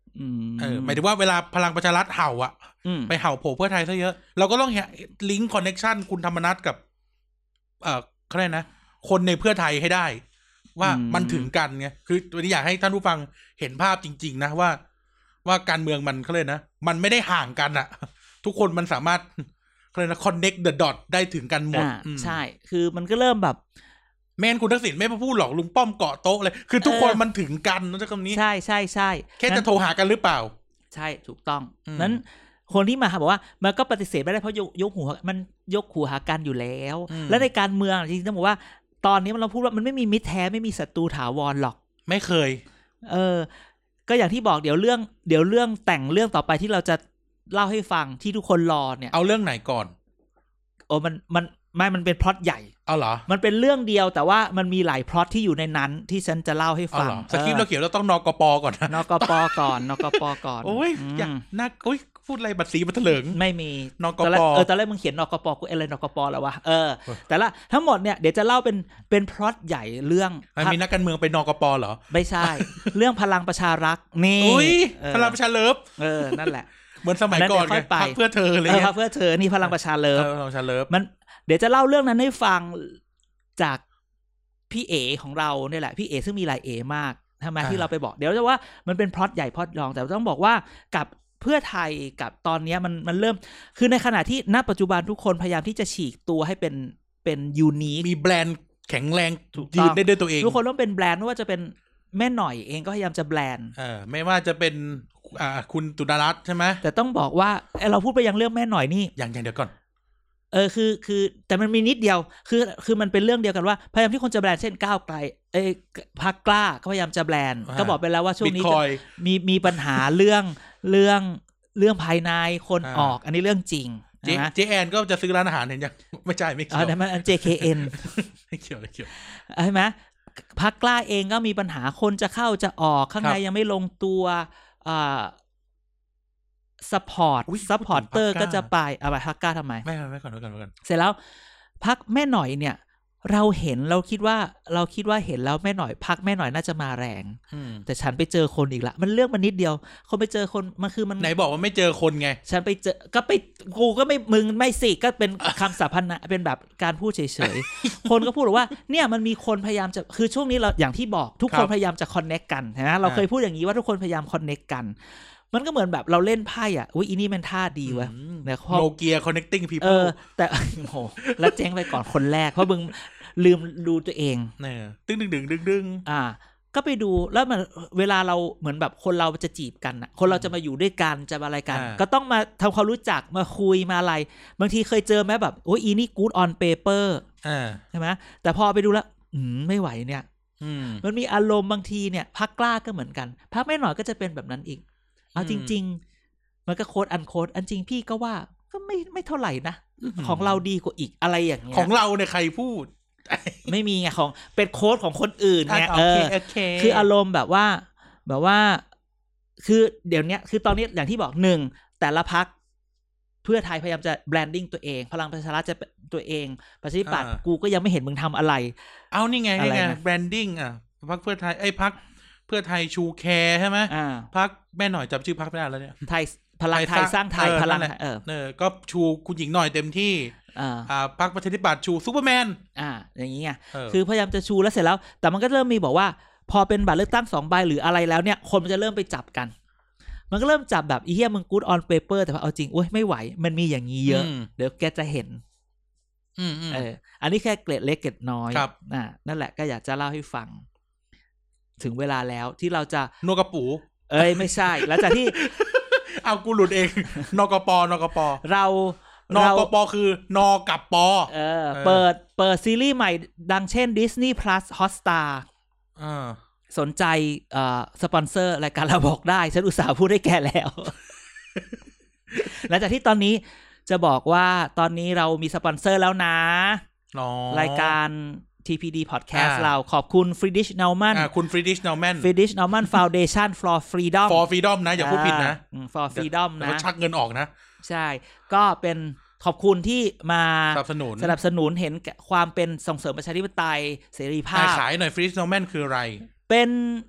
S2: เออหมายถึงว่าเวลาพลังประชารัฐเห่าอ่ะไปเห่าโผล่เพื่อไทยซะเยอะเราก็ต้องลิงก์คอนเนคชั่นคุณธรรมนัสกับเอ่อเขาเรียกนะคนในเพื่อไทยให้ได้ว่ามันถึงกันไงคือวันนี้อยากให้ท่านผู้ฟังเห็นภาพจริงๆนะว่าว่าการเมืองมันเขาเลยนะมันไม่ได้ห่างกันอะทุกคนมันสามารถเขาเลยนะ connect the dot ได้ถึงกันหมด
S1: ใช่คือมันก็เริ่มแบบ
S2: แม่นคุณทักษิณไม่มาพูดหรอกลุงป้อมเกาะโต๊ะเลยคือทุกคนมันถึงกันนะเจ้าคำนี้
S1: ใช่ใช่ใช่
S2: แค่จะโทรหากันหรือเปล่า
S1: ใช่ถูกต้องนั้นคนที่มาบอกว่ามันก็ปฏิเสธไม่ได้เพราะยกยกหูมันยกหูหากันอยู่แล้วและในการเมืองจริงๆต้องบอกว่าตอนนี้เราพูดว่ามันไม่มีมิตรแท้ไม่มีศัตรูถาวรหรอก
S2: ไม่เคย
S1: เออก็อย่างที่บอกเดี๋ยวเรื่องเดี๋ยวเรื่องแต่งเรื่องต่อไปที่เราจะเล่าให้ฟังที่ทุกคนรอเนี่ย
S2: เอาเรื่องไหนก่อน
S1: โอ้มันมันไม่มันเป็นพล็อตใหญ่
S2: เอาเหรอ
S1: มันเป็นเรื่องเดียวแต่ว่ามันมีหลายพล็อตที่อยู่ในนั้นที่ฉันจะเล่าให้ฟัง
S2: สคริปต์เราเขียนเราต้องนกปก่อน
S1: นะนกปก่อนนกปก่อน
S2: โอ้ยอยากน่าโอ้ยพูดอะไรบัตรสีบัตรเถลิง
S1: ไม่มี
S2: นกป
S1: เออตอนแรกมึงเขียนนกปกูอะไรนกปแล้ววะเออแต่ละทั้งหมดเนี่ยเดี๋ยวจะเล่าเป็นเป็นพล็อตใหญ่เรื่อง
S2: มีนักการเมืองเป็นนกปเหรอ
S1: ไม่ใช่เรื่องพลังประชารัฐนี่
S2: อุ้ยพลังประชาเลิฟ
S1: เออนั่นแหละ
S2: เหมือนสมัยก่อนไงพรรคเพื่อเธอเลย
S1: พรรคเพื่อเธอนี่พลังประชาเลิฟ
S2: พลังประชาเลิฟ
S1: มันเดี๋ยวจะเล่าเรื่องนั้นให้ฟังจากพี่เอของเราเนี่ยแหละพี่เอซึ่งมีหลายเอมากทำไมที่เราไปบอกเดี๋ยวจะว่ามันเป็นพล็อตใหญ่พล็อตรองแต่ต้องบอกว่ากับเพื่อไทยกับตอนนี้มันมันเริ่มคือในขณะที่ณปัจจุบันทุกคนพยายามที่จะฉีกตัวให้เป็นเป็นยูนิค
S2: มีแบรนด์แข็งแรงยืนได้ด้วยตัวเอง
S1: ทุกคนต้องเป็นแบรนด์ไม่ว่าจะเป็นแม่หน่อยเองก็พยายามจะแบรนด์
S2: เออไม่ว่าจะเป็นอ่าคุณตุลารัตน์ใช่ไหม
S1: แต่ต้องบอกว่าเราพูดไปยังเรื่องแม่หน่อยนี่
S2: อย่างอย่างเดี๋ยวก่อน
S1: เออคือคือแต่มันมีนิดเดียวคือคือมันเป็นเรื่องเดียวกันว่าพยายามที่คนจะแบรนด์เช่นก้าวไกลเอ้พรรคกล้าก็พยายามจะแบรนด์ก็บอกไปแล้วว่าช่วงนี้มีมีปัญหาเรื่องเรื่องเรื่องภายในคนออกอันนี้เรื่องจริง
S2: นะเจแอนก็จะซื้อร้านอาหารเห็นยังไม่ใช่ไม่เกี่ยว
S1: อ๋อนั่นมัน เจ เค เอ็น
S2: ไม่เกี่ยวไม่เกี่ยว
S1: ใช่ไหมพรรคกล้าเองก็มีปัญหาคนจะเข้าจะออกข้างในยังไม่ลงตัวอ่าซัพพอร์ตซัพพอร์ตเตอร์ก็จะไปเอาไปพรรคกล้าทำไม
S2: ไม่ไม่ก่อนไม่ก่อนไม่ก่อน
S1: เสร็จแล้วพรรคแม่หน่อยเนี่ยเราเห็นเราคิดว่าเราคิดว่าเห็นแล้วแม่หน่อยพรรคแม่หน่อยน่าจะมาแรงแต่ฉันไปเจอคนอีกละมันเรื่องมันนิดเดียวคนไปเจอคนมันคือมัน
S2: ไหนบอกว่าไม่เจอคนไง
S1: ฉันไปเจอก็ไปกูก็ไม่มึงไม่สิก็เป็นคำสรรพนามเป็นแบบการพูดเฉยๆ คนก็พูดว่าเนี่ยมันมีคนพยายามจะคือช่วงนี้เราอย่างที่บอกทุกคนพยายามจะคอนเนคกันนะเราเคยพูดอย่างนี้ว่าทุกคนพยายามคอนเนคกันมันก็เหมือนแบบเราเล่นไพ่อ่ะอุ้ยอีนี่มันท่าดีวะ
S2: เนี่ยโนเกีย connecting people
S1: เออแต่โหแล้วเจ๊งไปก่อนคนแรกเพราะมึงลืมดูตัวเอง
S2: เนี่ยตึ้งดึงดึงดึงดึง
S1: อ่าก็ไปดูแล้วมันเวลาเราเหมือนแบบคนเราจะจีบกันอ่ะคนเราจะมาอยู่ด้วยกันจะมาอะไรกันก็ต้องมาทำความรู้จักมาคุยมาอะไรบางทีเคยเจอไหมแบบโอ้ยอีนี่ good on paper
S2: อ่า
S1: ใช่ไหมแต่พอไปดูแล้วอืมไม่ไหวเนี่ยมันมีอารมณ์บางทีเนี่ยพรรคกล้าก็เหมือนกันพรรคแม่หน่อยก็จะเป็นแบบนั้นอีกเอาจริงๆมันก็โค้ดอันโค้ดอันจริงพี่ก็ว่าก็ไม่ไม่เท่าไหร่นะของเราดีกว่าอีกอะไรอย่างเงี้ย
S2: ของเราเนี่ยใครพูด
S1: ไม่มีไงของเป็นโค้ดของคนอื่นไงเออคืออารมณ์แบบว่าแบบว่าคือเดี๋ยวนี้คือตอนนี้อย่างที่บอกหนึ่งแต่ละพรรคเพื่อไทยพยายามจะแบรนดิ้งตัวเองพลังประชารัฐจะตัวเองประชาธิปัตย์กูก็ยังไม่เห็นมึงทำอะไร
S2: เอานี่ไงนี่ไงแบรนดิ้งอ่ะพรรคเพื่อไทยไอ้พรรคเพื่อไทยชูแคร์ใช่ไหมพรรคแม่หน่อยจำชื่อพรรคไม่ได้แล้วเนี่ย
S1: ไทยพลังไทยสร้างไทยพลัง
S2: เออเออก็ชูคุณหญิงหน่อยเต็มที่อ่าพรรคประชาธิปัตย์ชูซูเปอร์แมน
S1: อ่าอย่างนี้ไงคือพยายามจะชูแล้วเสร็จแล้วแต่มันก็เริ่มมีบอกว่าพอเป็นบัตรเลือกตั้งสองใบหรืออะไรแล้วเนี่ยคนมันจะเริ่มไปจับกันมันก็เริ่มจับแบบอีเหี้ยมึง good on paper แต่พอเอาจริงโอ๊ยไม่ไหวมันมีอย่างนี้เยอะเดี๋ยวแกจะเห็น
S2: อืม
S1: เอออันนี้แค่เกร็ดเล็กเกร็ดน้อยอ่านั่นแหละก็อยากจะเล่าให้ฟังถึงเวลาแล้วที่เราจะ
S2: นกกระปู
S1: เอ้ยไม่ใช่แล้วจากที่
S2: เอากูหลุดเองนกปนกป
S1: เรา
S2: นกปคือนกับป
S1: เออเปิดเปิดซีรีส์ใหม่ดังเช่น Disney Plus Hotstar
S2: อ่า
S1: สนใจเอ่อสปอนเซอร์รายการเราบอกได้ฉันอุตส่าห์พูดให้แกแล้วหลังจากที่ตอนนี้จะบอกว่าตอนนี้เรามีสปอนเซอร์แล้วนะรายการ ที พี ดี Podcast เราขอบคุณ Friedrich Naumann
S2: อ่าคุณ Friedrich Naumann
S1: Friedrich Naumann Foundation for Freedom
S2: for Freedom นะอย่าพูดผิดนะ
S1: for Freedom นะ
S2: ชักเงินออกนะ
S1: ใช่ก็เป็นขอบคุณที่มา
S2: สนับสนุน
S1: สนับสนุนเห็นความเป็นส่งเสริมประชาธิปไตยเสรีภาพ
S2: ขายหน่อย Friedrich Naumann คืออะไร
S1: เป็น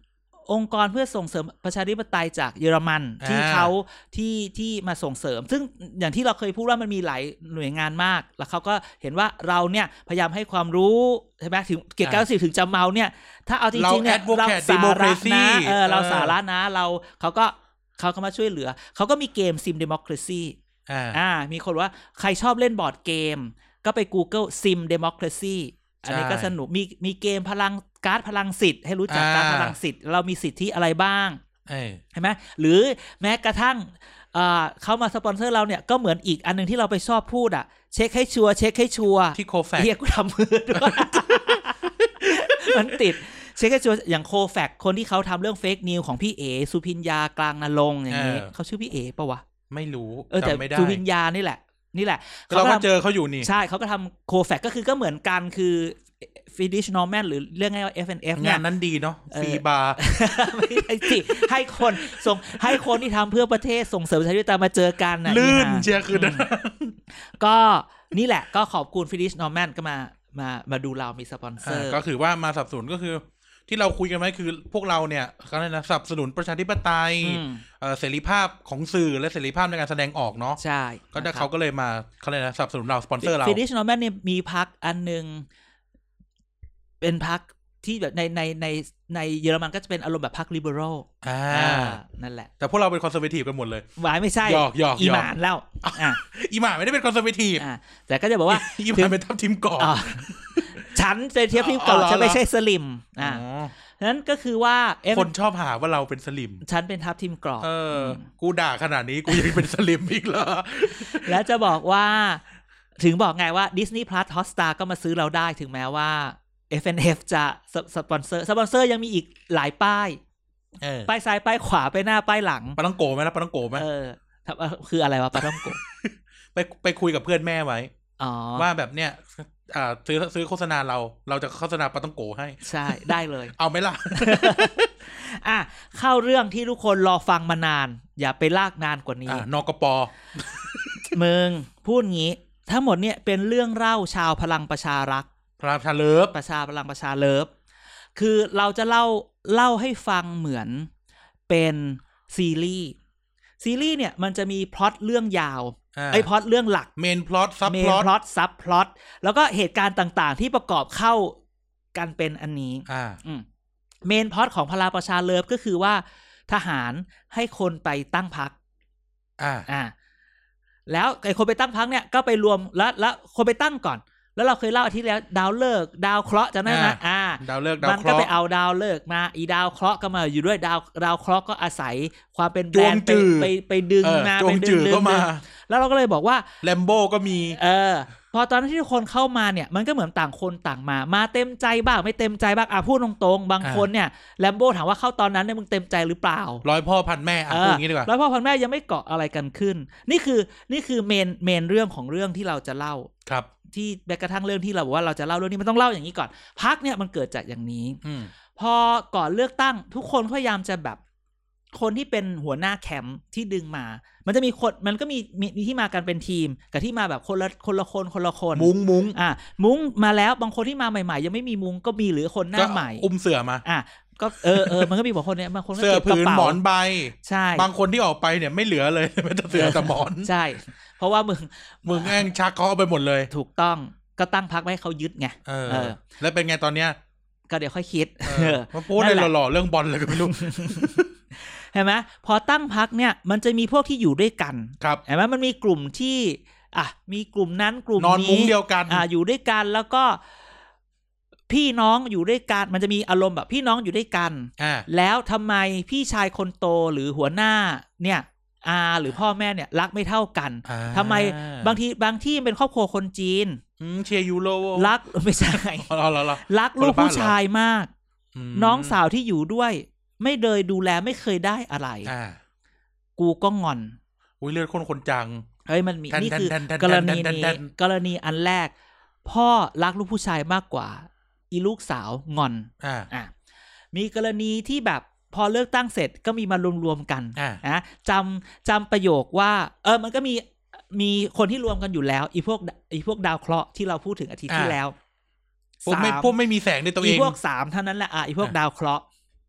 S1: องค์กรเพื่อส่งเสริมประชาธิปไตยจากเยอรมันที่เขาที่ที่มาส่งเสริมซึ่งอย่างที่เราเคยพูดว่ามันมีหลายหน่วยงานมากแล้วเขาก็เห็นว่าเราเนี่ยพยายามให้ความรู้ใช่ไหมถึงเกียรติเก้าสิบถึงจะเมาเนี่ยถ้าเอาจริงๆเนี่ยเราสาระนะเออเราสาระนะเราเขาก็เขาก็มาช่วยเหลือเขาก็มีเกม Sim Democracy
S2: อ่า
S1: อ่ามีคนว่าใครชอบเล่นบอร์ดเกมก็ไป Google Sim Democracy อันนี้ก็สนุกมีมีเกมพลังการ์ดพลังสิทธิ์ให้รู้จักการ์ดพลังสิทธิ์เรามีสิทธิอะไรบ้างใช่ไหมหรือแม้กระทั่งเขามาสปอนเซอร์เราเนี่ยก็เหมือนอีกอันนึงที่เราไปชอบพูดอ่ะเช็คให้ชัวร์เช็คให้ชัวร์
S2: ที่โคแฟก
S1: เรียกกูทำมือด้วยมันติดเช็คให้ชัวร์อย่างโคแฟกคนที่เขาทำเรื่องเฟกนิวของพี่เอสุพิญญากลางนรงค์อย่างนี้เขาชื่อพี่เอปะวะ
S2: ไม่รู้
S1: เออแต่สุพิญญานี่แหละนี่แหละ
S2: เราก็เจอเขาอยู่นี่
S1: ใช่เขาก็ทำโคแฟกก็คือก็เหมือนกันคือฟิดิชนอร์แมนหรือเรื่องง่ายว่า เอฟ เอ็น เอฟ
S2: งานนั้นดีเนาะฟรีบาร์
S1: ไม่ใช่สิให้คนส่งให้คนที่ทำเพื่อประเทศส่งเสริมประชาธิปไตยมาเจอกันนะ
S2: ลื่นเชียร์คือ
S1: ก็นี่แหละก็ขอบคุณฟิดิชนอร์แมนก็มามามาดูเรามีสปอนเซอร์
S2: ก็คือว่ามาสนับสนุนก็คือที่เราคุยกันไว้คือพวกเราเนี่ยเขาเรียกนะสนับสนุนประชาธิปไตยเสรีภาพของสื่อและเสรีภาพในการแสดงออกเนาะ
S1: ใช่
S2: ก็เขาก็เลยมาเขาเรียกนะสนับสนุนเราสปอนเซอร์เรา
S1: ฟิดิชนอร์แมนเนี่ยมีพรรคอันนึงเป็นพรรคที่แบบในในในในเยอรมันก็จะเป็นอารมณ์แบบพรรคลิเบอรัลอ่านั่นแหละ
S2: แต่พวกเราเป็นคอนเซอร์เวทีฟกันหมดเลย
S1: หวายไม่ใช่
S2: หยอกหยอก
S1: อีหม่านแล้วอ่ะ
S2: อีหม่านไม่ได้เป็นคอนเซอร์เวทีฟ
S1: อ่าแต่ก็จะบอกว่า
S2: อีหม่านเป็นทัพทีมก่อน
S1: ฉันเป็นทัพทีมก่อนฉันไม่ใช่สลิมอ่านั้นก็คือว่า
S2: คนชอบหาว่าเราเป็นสลิม
S1: ฉันเป็นทัพทีมกรอบ
S2: เออกูด่าขนาดนี้กูยังเป็นสลิมอีกเหรอ
S1: แล้วจะบอกว่าถึงบอกไงว่า Disney Plus Hotstar ก็มาซื้อเราได้ถึงแม้ว่า เอฟ เอ็น เอฟ จะสปอนเซอร์สปอนเซอร์ยังมีอีกหลายป้ายเออป้ายซ้ายป้ายขวาป้ายหน้าป้ายหลัง
S2: ปาต้องโกมั้ยล่ะปาต้องโกมั้ย
S1: เออคืออะไรวะปาต้องโก
S2: ไปไปคุยกับเพื่อนแม่ไว้
S1: อ๋อ
S2: ว่าแบบเนี้ยอ่าซื้อซื้อโฆษณาเราเราจะโฆษณาปาต้องโกให้
S1: ใช่ได้เลย
S2: เอาไหมล่ะ
S1: อ่ะเข้าเรื่องที่ทุกคนรอฟังมานานอย่าไปลากนานกว่านี้
S2: อ่านกป.
S1: มึงพูดงี้ทั้งหมดเนี่ยเป็นเรื่องเล่าชาวพลังประชารัก
S2: พลังประชาเลิฟ
S1: ประชาพลังประชาเลิฟคือเราจะเล่าเล่าให้ฟังเหมือนเป็นซีรีส์ซีรีส์เนี่ยมันจะมีพล็อตเรื่องยาวไอ้พล็อตเรื่องหลัก
S2: เมนพล็อตซับ
S1: พล็อตเมนพล็อตซับพล็อตแล้วก็เหตุการณ์ต่างๆที่ประกอบเข้ากันเป็นอันนี้
S2: อ่า
S1: เมนพล็อตของพลังประชาเลิฟก็คือว่าทหารให้คนไปตั้งพรรค
S2: อ่า
S1: อ่าแล้วไอ้คนไปตั้งพรรคเนี่ยก็ไปรวมแล้วแล้วคนไปตั้งก่อนแล้วเราเคยเล่าอาทิตย์แล้วดาวฤกษ์ดาวเคราะห์จำได้ไหมอ่า
S2: ดาวฤกษ์ดาวเคราะห์
S1: มันก็ไปเอาดาวฤกษ์มาอีดาวเคราะห์ก็มาอยู่ด้วยดาวดาวเคราะห์ก็อาศัยความเป็นแบรนด์ไปไปไปดึงมา
S2: ไปดึงก็มา
S1: แล้วเราก็เลยบอกว่า
S2: แลมโบ้ก็มี
S1: เออพอตอนที่ทุกคนเข้ามาเนี่ยมันก็เหมือนต่างคนต่างมามาเต็มใจบ้างไม่เต็มใจบ้างอ่ะพูดตรงๆบางคนเนี่ยแลมโบ้ถามว่าเข้าตอนนั้นเนี่ยมึงเต็มใจหรือเปล่า
S2: ร้อยพ่อพันแม่อ่ะพูดอย่างนี้ดีกว่า
S1: ร้อยพ่อพันแม่ยังไม่เกาะอะไรกันขึ้นนี่คือนี่คือเมนเมนเรื่องของเรื่องที่เราจะเล่า
S2: ครับ
S1: ที่แม้กระทั่งเรื่องที่เราบอกว่าเราจะเล่าเรื่องนี้มันต้องเล่าอย่างนี้ก่อนพรรคเนี่ยมันเกิดจากอย่างนี้พอก่อนเลือกตั้งทุกคนพยายามจะแบบคนที่เป็นหัวหน้าแคมป์ที่ดึงมามันจะมีคนมันก็มีมีที่มากันเป็นทีมกับที่มาแบบคนละคนละคนคนละคน
S2: มุ้งมุ้ง
S1: อ่ะมุ้งมาแล้วบางคนที่มาใหม่ๆยังไม่มีมุ้งก็มีหรือคนหน้าใหม่
S2: อุ้มเสื่อมา
S1: อ่ะก็เออเออมันก็มีบางคนเนี่ยบางคนก็
S2: เสื้อผืนหมอนใบ
S1: ใช่
S2: บางคนที่ออกไปเนี่ยไม่เหลือเลยแม้แต่เสื้อกับหมอน
S1: ใช่เพราะว่ามึง
S2: มึงแม่งชักเขาไปหมดเลย
S1: ถูกต้องก็ตั้งพรรคไว้ให้เขายึดไง
S2: เออแล้วเป็นไงตอนเนี้ย
S1: ก็เดี๋ยวค่อยคิด
S2: เออมาพูดในหล่อๆเรื่องบอลเลยก็ไม่รู้
S1: เห็นไหมพอตั้งพรรคเนี่ยมันจะมีพวกที่อยู่ด้วยกันเห็นไหมมันมีกลุ่มที่อ่ะมีกลุ่มนั้นกลุ่มนี้
S2: นอนมุ้งเดียวกัน
S1: อ่ะอยู่ด้วยกันแล้วก็พี่น้องอยู่ด้วยกันมันจะมีอารมณ์แบบพี่น้องอยู่ด้วยกันแล้วทำไมพี่ชายคนโตหรือหัวหน้าเนี่ยอาหรือพ่อแม่เนี่ยรักไม่เท่ากันทำไมบางทีบางที่เป็นครอบครัวคนจีน
S2: เชียร์ยูโร
S1: รักไม่ใช่รักลูกผู้ชายมากน้องสาวที่อยู่ด้วยไม่เลยดูแลไม่เคยได้อะไรกูก็งอน
S2: อุ้ยเลือดคนคนจัง
S1: เฮ้ยมันมีนี่คือกรณีนี้กรณีอันแรกพ่อรักลูกผู้ชายมากกว่าอีลูกสาวงอน
S2: อ่า
S1: อ่ะมีกรณีที่แบบพอเลือกตั้งเสร็จก็มีมารวมๆกันนะจำจำประโยคว่าเออมันก็มีมีคนที่รวมกันอยู่แล้วอีพวกอีพวกดาวเคราะห์ที่เราพูดถึงอาทิตย์ที่แล้ว
S2: พวกไม่พวกไม่มีแสงในตัวเอง
S1: อีพวกสามเท่านั้นแหละอ่ะอีพวกดาวเคราะห์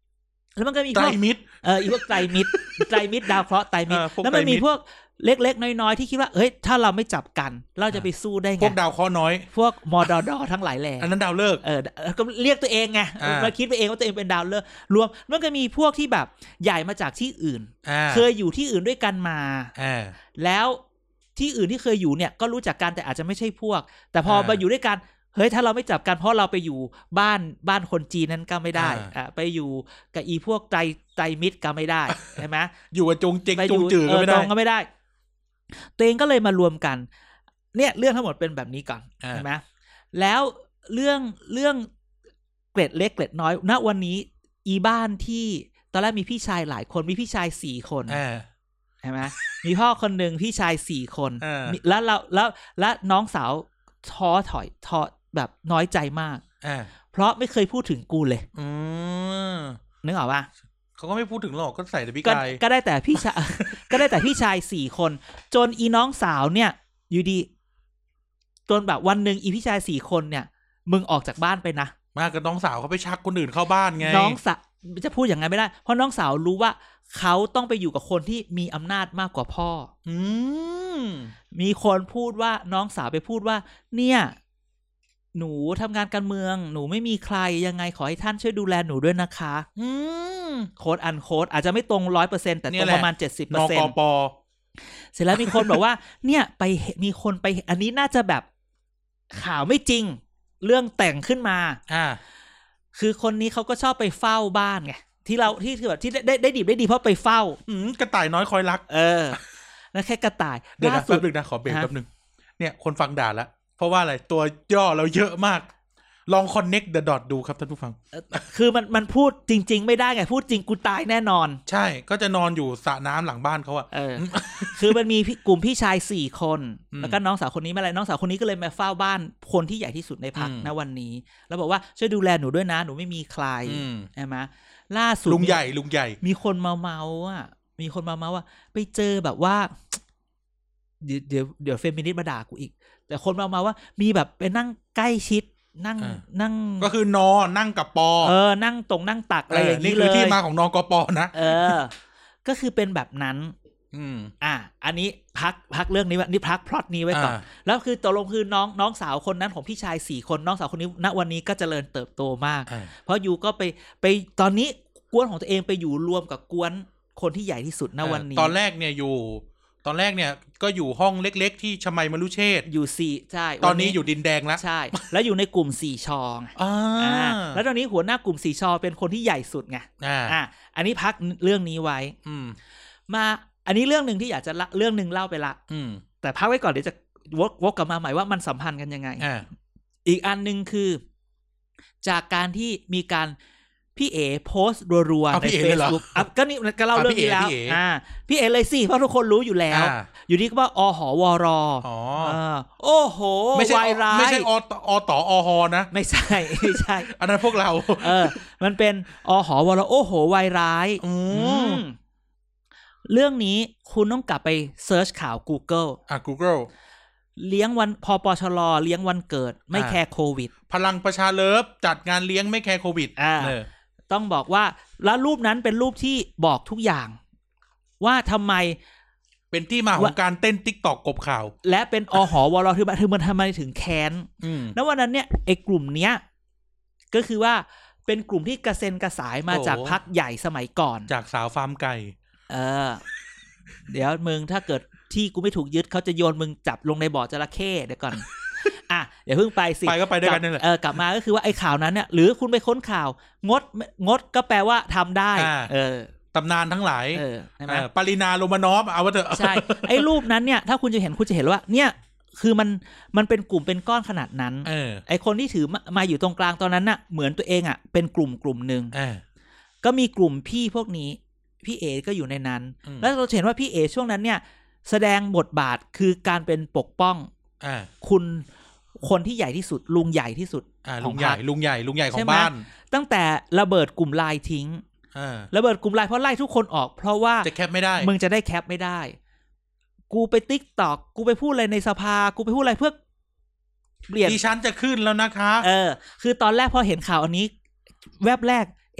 S1: แล้วมันก็มีพวก
S2: ไตรมิตร
S1: เอออีพวกไตรมิตรไตรมิตรดาวเคราะห์ไตรมิตรแล้วมันมีพวกเล็กๆน้อยๆที่คิดว่าเฮ้ยถ้าเราไม่จับกันเราจะไปสู้ได้ไง
S2: พวกดาวเคราะห์น้อย
S1: พวกมอดอดอทั้งหลายแหล่
S2: อันนั้นดาวฤกษ์
S1: เออก็เรียกตัวเองไงเราคิดไปเองว่าตัวเองเป็นดาวฤกษ์รวมมันก็มีพวกที่แบบใหญ่มาจากที่อื่นเคยอยู่ที่อื่นด้วยกันมาแล้วที่อื่นที่เคยอยู่เนี่ยก็รู้จักกันแต่อาจจะไม่ใช่พวกแต่พอมาอยู่ด้วยกันเฮ้ยถ้าเราไม่จับกันเพราะเราไปอยู่บ้านบ้านคนจีนนั้นก็ไม่ได้อ่ะไปอยู่กับอีพวกไตรไตรมิตรก็ไม่ได้ใช่ไหม
S2: อยู่กับจงเจงจงจือก็ไม่ได้
S1: ก็ไม่ได้ตัวเองก็เลยมารวมกันเนี่ยเรื่องทั้งหมดเป็นแบบนี้ก่อนใช่ไหมแล้วเรื่องเรื่องเกร็ดเล็กเกร็ดน้อยณวันนี้อีบ้านที่ตอนแรกมีพี่ชายหลายคนมีพี่ชายสี่คนใช่ไหมมีพ่อคนหนึ่งพี่ชายสี่คนแล้วเราแล้วแล้วน้องสาวท้อถอยท้อแบบน้อยใจมากเพราะไม่เคยพูดถึงกูเลยนึกออกป่ะ
S2: เขาก็ไม่พูดถึงหรอกก็ใส่แต่พี่กาย
S1: ก็ได้แต่พี่ชาย ก็ได้แต่พี่ชายสี่คนจนอีน้องสาวเนี่ยอยู่ดีจนแบบวันหนึ่งอีพี่ชายสี่คนเนี่ยมึงออกจากบ้านไปนะ
S2: มากับน้องสาวเขาไปชักคนอื่นเข้าบ้านไง
S1: น้องสาวจะพูดอย่างไงไม่ได้เพราะน้องสาวรู้ว่าเขาต้องไปอยู่กับคนที่มีอำนาจมากกว่าพ่ออืมมีคนพูดว่าน้องสาวไปพูดว่าเนี่ยหนูทำงานการเมืองหนูไม่มีใครยังไงขอให้ท่านช่วยดูแลหนูด้วยนะคะอืมโค้ดอันโค้ดอาจจะไม่ตรง ร้อยเปอร์เซ็นต์ แต่ตรงประมาณ เจ็ดสิบเปอร์เซ็นต์
S2: นกป.
S1: เสร็จแล้วมีคนบอกว่าเนี่ยไปมีคนไปอันนี้น่าจะแบบข่าวไม่จริงเรื่องแต่งขึ้นมาอ่าคือคนนี้เขาก็ชอบไปเฝ้าบ้านไงที่เราที่คือแบบที่ได้ได้ดีได้ดีเพราะไปเฝ้า
S2: อืมกระต่ายน้อยคอยรัก
S1: เออแล้วแค่กระต่าย
S2: เดี๋ยวนะแป๊บนึงนะขอเบรกแป๊บนึงเนี่ยคนฟังด่าแล้วเพราะว่าอะไรตัวย่อเราเยอะมากลอง connect the dot ดูครับท่านผู้ฟัง
S1: คือมันมันพูดจริงๆไม่ได้ไงพูดจริงกูตายแน่นอน
S2: ใช่ก็จะนอนอยู่สระน้ำหลังบ้านเขาอะ
S1: เออ คือมันมีกลุ่มพี่ชายสี่คนแล้วก็น้องสาวคนนี้มาอะไรน้องสาวคนนี้ก็เลยมาเฝ้าบ้านคนที่ใหญ่ที่สุดในพรรคณวันนี้แล้วบอกว่าช่วยดูแลหนูด้วยนะหนูไม่มีใครใช่ไหมล่าสุด
S2: ลุงใหญ่ลุงใหญ่
S1: มีคนเมาเมาอ่ะมีคนเมาเมาว่าไปเจอแบบว่าเดี๋ยวเดี๋ยวเดี๋ยวเฟมินิสต์มาด่ากูอีกแต่คนเมาเมาว่ามีแบบไปนั่งใกล้ชิดนั่งนั่ง
S2: ก็คือนอนั่งกับปอ
S1: เออนั่งตรงนั่งตักอะไรอย่างนี้เลย
S2: นี่คือที่มาของนกปนะ
S1: เออก็คือเป็นแบบนั้นอืมอ่ะอันนี้พักพักเรื่องนี้ไว้นี่พักพล็อตนี้ไว้ก่อนแล้วคือตกลงคือน้องน้องสาวคนนั้นของพี่ชายสี่คนน้องสาวคนนี้ณวันนี้ก็เจริญเติบโตมากเพราะยูก็ไปไปตอนนี้กวนของตัวเองไปอยู่รวมกับกวนคนที่ใหญ่ที่สุดณวันนี้
S2: ตอนแรกเนี่ยอยู่ตอนแรกเนี่ยก็อยู่ห้องเล็กๆที่ชมัยมรุเชษ
S1: อยู่สี่ใช่
S2: ตอนนี้อยู่ดินแดงแล้ว
S1: ใช่แล้วอยู่ในกลุ่มสี่ชองอ่าแล้วตอนนี้หัวหน้ากลุ่มสี่ชอเป็นคนที่ใหญ่สุดไงอ่าอ่าอันนี้พักเรื่องนี้ไว้อืมมาอันนี้เรื่องนึงที่อยากจะละเรื่องนึงเล่าไปละอืมแต่พักไว้ก่อนเดี๋ยวจะวกวกกลับมาใหม่ว่ามันสัมพันธ์กันยังไงอ่าอีกอันนึงคือจากการที่มีการพี่เอโพสต์รัวๆใน Facebook อ่ะก็นี่ก็เล่าเรื่องนี้แล้วอ่าพี่เอเลยสิเพราะทุกคนรู้อยู่แล้วอยู่ดีก็ว่าอหวรอ๋อโอ้โหวายร้าย
S2: ไม่ใช่ออต่ออหนะ
S1: ไม่ใช่ไม่ใช่
S2: อันนั้นพวกเรา
S1: เออมันเป็นอหวรโอ้โหวายร้ายอืมเรื่องนี้คุณต้องกลับไปเซิร์ชข่าว Google
S2: อ่ะ Google
S1: เลี้ยงวันพปชรเลี้ยงวันเกิดไม่แคร์โควิด
S2: พลังประชาเลิฟจัดงานเลี้ยงไม่แคร์โควิด
S1: อ่าต้องบอกว่าแล้วรูปนั้นเป็นรูปที่บอกทุกอย่างว่าทำไม
S2: เป็นที่มาของการเต้น TikTok กบข่าว
S1: และเป็นอหวรคือมันทำไมถึงแค้นแล้ววันนั้นเนี่ยไอ้กลุ่มเนี้ยก็คือว่าเป็นกลุ่มที่กระเซ็นกระสายมาจากพรรคใหญ่สมัยก่อน
S2: จากสาวฟาร์มไก่
S1: เออเดี๋ยวมึงถ้าเกิดที่กูไม่ถูกยึดเขาจะโยนมึงจับลงในบ่อจระเข้เดี๋ยวก่อนอ่ะเดี๋ยวเพิ่งไปสิ
S2: ไปก็ไปด้วยกันนั่นแหละ
S1: เออกลับมาก็คือว่าไอ้ข่าวนั้นเนี่ยหรือคุณไปค้นข่าวงดงดก็แปลว่าทำได้เออ
S2: ตำนานทั้งหลายเออใช่ไหมปรินาโรมานอฟเอาว่าเถอะ
S1: ใช่ไอ้รูปนั้นเนี่ยถ้าคุณจะเห็นคุณจะเห็นว่าเนี่ยคือมันมันเป็นกลุ่มเป็นก้อนขนาดนั้นเออไอ้คนที่ถือมาอยู่ตรงกลางตอนนั้นน่ะเหมือนตัวเองอ่ะเป็นกลุ่มกลุ่มนึงเออก็มีกลุ่มพี่พวกนี้พี่เอก็อยู่ในนั้นแล้วเราเห็นว่าพี่เอช่วงนั้นเนี่ยแสดงบทบาทคือการเป็นปกป้องอ่าคุณคนที่ใหญ่ที่สุดลุงใหญ่ที่สุด
S2: ลุงใหญ่ลุงใหญ่ลุงใหญ่ของบ้าน
S1: ตั้งแต่ระเบิดกลุ่มไลน์ทิ้งระเบิดกลุ่มไลน์เพราะไล่ทุกคนออกเพราะว่า
S2: จะแคปไม่ได้
S1: มึงจะได้แคปไม่ได้กูไป TikTok กูไปพูดอะไรในสภากูไปพูดอะไรเพื่อเปลี่ยน
S2: ดิฉันจะขึ้นแล้วนะคะ
S1: เออคือตอนแรกพอเห็นข่าวอันนี้แวบแรก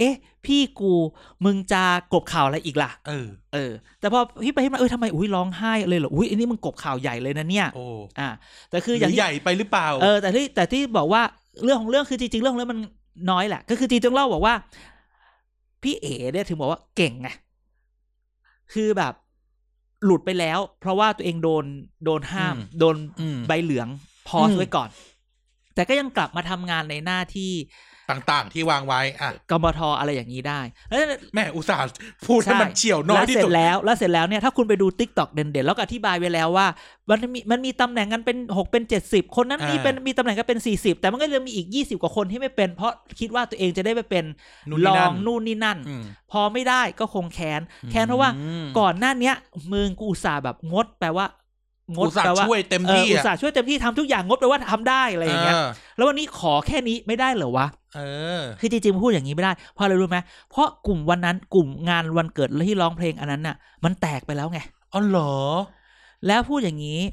S1: เอ๊ะพี่กูมึงจะกบข่าวอะไรอีกล่ะ
S2: เออ
S1: เออแต่พอพี่ไปพี่มาเออทำไมอุ้ยร้องไห้เลยเหรออุ้ยอันนี้มึงกบข่าวใหญ่เลยนะเนี่ย
S2: โอ้
S1: อ่าแต่คืออย่าง
S2: ใหญ่ไปหรือเปล่า
S1: เออแต่ที่แต่ที่บอกว่าเรื่องของเรื่องคือจริงๆเรื่องของเรื่องมันน้อยแหละก็คือจริงๆต้องเล่าบอกว่าพี่เอ๋เนี่ยถึงบอกว่าเก่งไงคือแบบหลุดไปแล้วเพราะว่าตัวเองโดนโดนห้ามโดนใบเหลืองพอสไว้ก่อนแต่ก็ยังกลับมาทำงานในหน้าที่
S2: ต่างๆที่วางไว้อ่ะ
S1: กมทอะไรอย่างนี้ได้แล้ว
S2: แม่อุตส่าห์พูดให้มันเฉี่ยวน้อยที่สุด
S1: แล้วแล้วเสร็จแล้วเนี่ยถ้าคุณไปดู TikTok เด่นๆแล้วก็อธิบายไว้แล้วว่ามันมีมันมีตำแหน่งกันเป็นหกเป็นเจ็ดสิบคนนั้นมีเป็นมีตำแหน่งกันเป็นสี่สิบแต่มันก็จะมีอีกยี่สิบกว่าคนที่ไม่เป็นเพราะคิดว่าตัวเองจะได้ไปเป็นรองนู่นนี่นั่นพอไม่ได้ก็คงแค้นแค้นเพราะว่าก่อนหน้านี้มึงกูอุตส่าห์แบบงดแปลว่างดแปลว่า
S2: ช่วยเต็มที่
S1: อุตส่าห์ช่วยเต็มที่ทำทุกอย่างงดแปลว่าทำได้อะไรอย่างเงี้ยแล้ววันนี้ขอแค่นี้ไม่ได้เหรอวะ
S2: เออ
S1: คือจริงๆพูดอย่างนี้ไม่ได้เพราะอะไรรู้ไหมเพราะกลุ่มวันนั้นกลุ่มงานวันเกิดที่ร้องเพลงอันนั้นน่ะมันแตกไปแล้วไง
S2: อ๋อเหรอ
S1: แล้วพูดอย่างนี้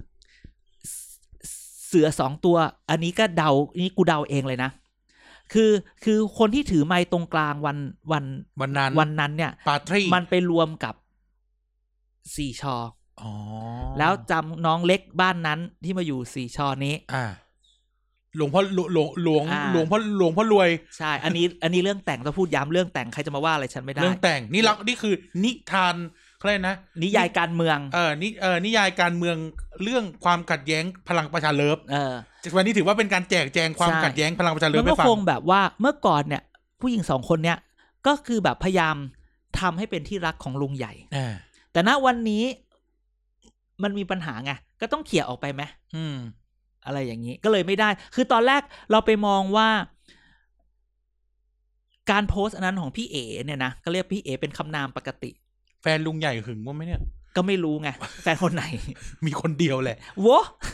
S1: เสือสองตัวอันนี้ก็เดานี่กูเดาเองเลยนะคือคือคนที่ถือไมค์ตรงกลางวันวัน
S2: วันนั้น
S1: วันนั้นเนี่ยมันไปรวมกับสี่ชอ
S2: อ๋อ
S1: แล้วจำน้องเล็กบ้านนั้นที่มาอยู่สี่ชอนี้
S2: อ่าหลวงพ่อหลวงหลวงหลวงหลวงพ่อหลวงพ่อรวย
S1: ใช่อันนี้อันนี้เรื่องแต่งต้องพูดย้ำเรื่องแต่งใครจะมาว่าอะไรฉันไม่ได้
S2: เรื่องแต่งนี่ลักนี่คือนิทานอะไรนะ
S1: นิยายการเมือง
S2: เออนิเออนิยายการเมืองเรื่องความขัดแย้งพลังประชาเลิฟ
S1: เออ
S2: วันนี้ถือว่าเป็นการแจกแจงความขัดแย้งพลังประชาเลิฟให้ฟัง
S1: มันก็คงแบบว่าเมื่อก่อนเนี่ยผู้หญิงสองคนเนี่ยก็คือแบบพยายามทำให้เป็นที่รักของลุงใหญ่แต่ณวันนี้มันมีปัญหาไงก็ต้องเขี่ยออกไปไหม
S2: อืม
S1: อะไรอย่างนี้ก็เลยไม่ได้คือตอนแรกเราไปมองว่าการโพสต์อันนั้นของพี่เอ๋เนี่ยนะก็เรียกพี่เอ๋เป็นคำนามปกติ
S2: แฟนลุงใหญ่หึงมั้ยเนี่ย
S1: ก็ไม่รู้ไงแฟนคนไหน
S2: มีคนเดียวแหละ
S1: โว้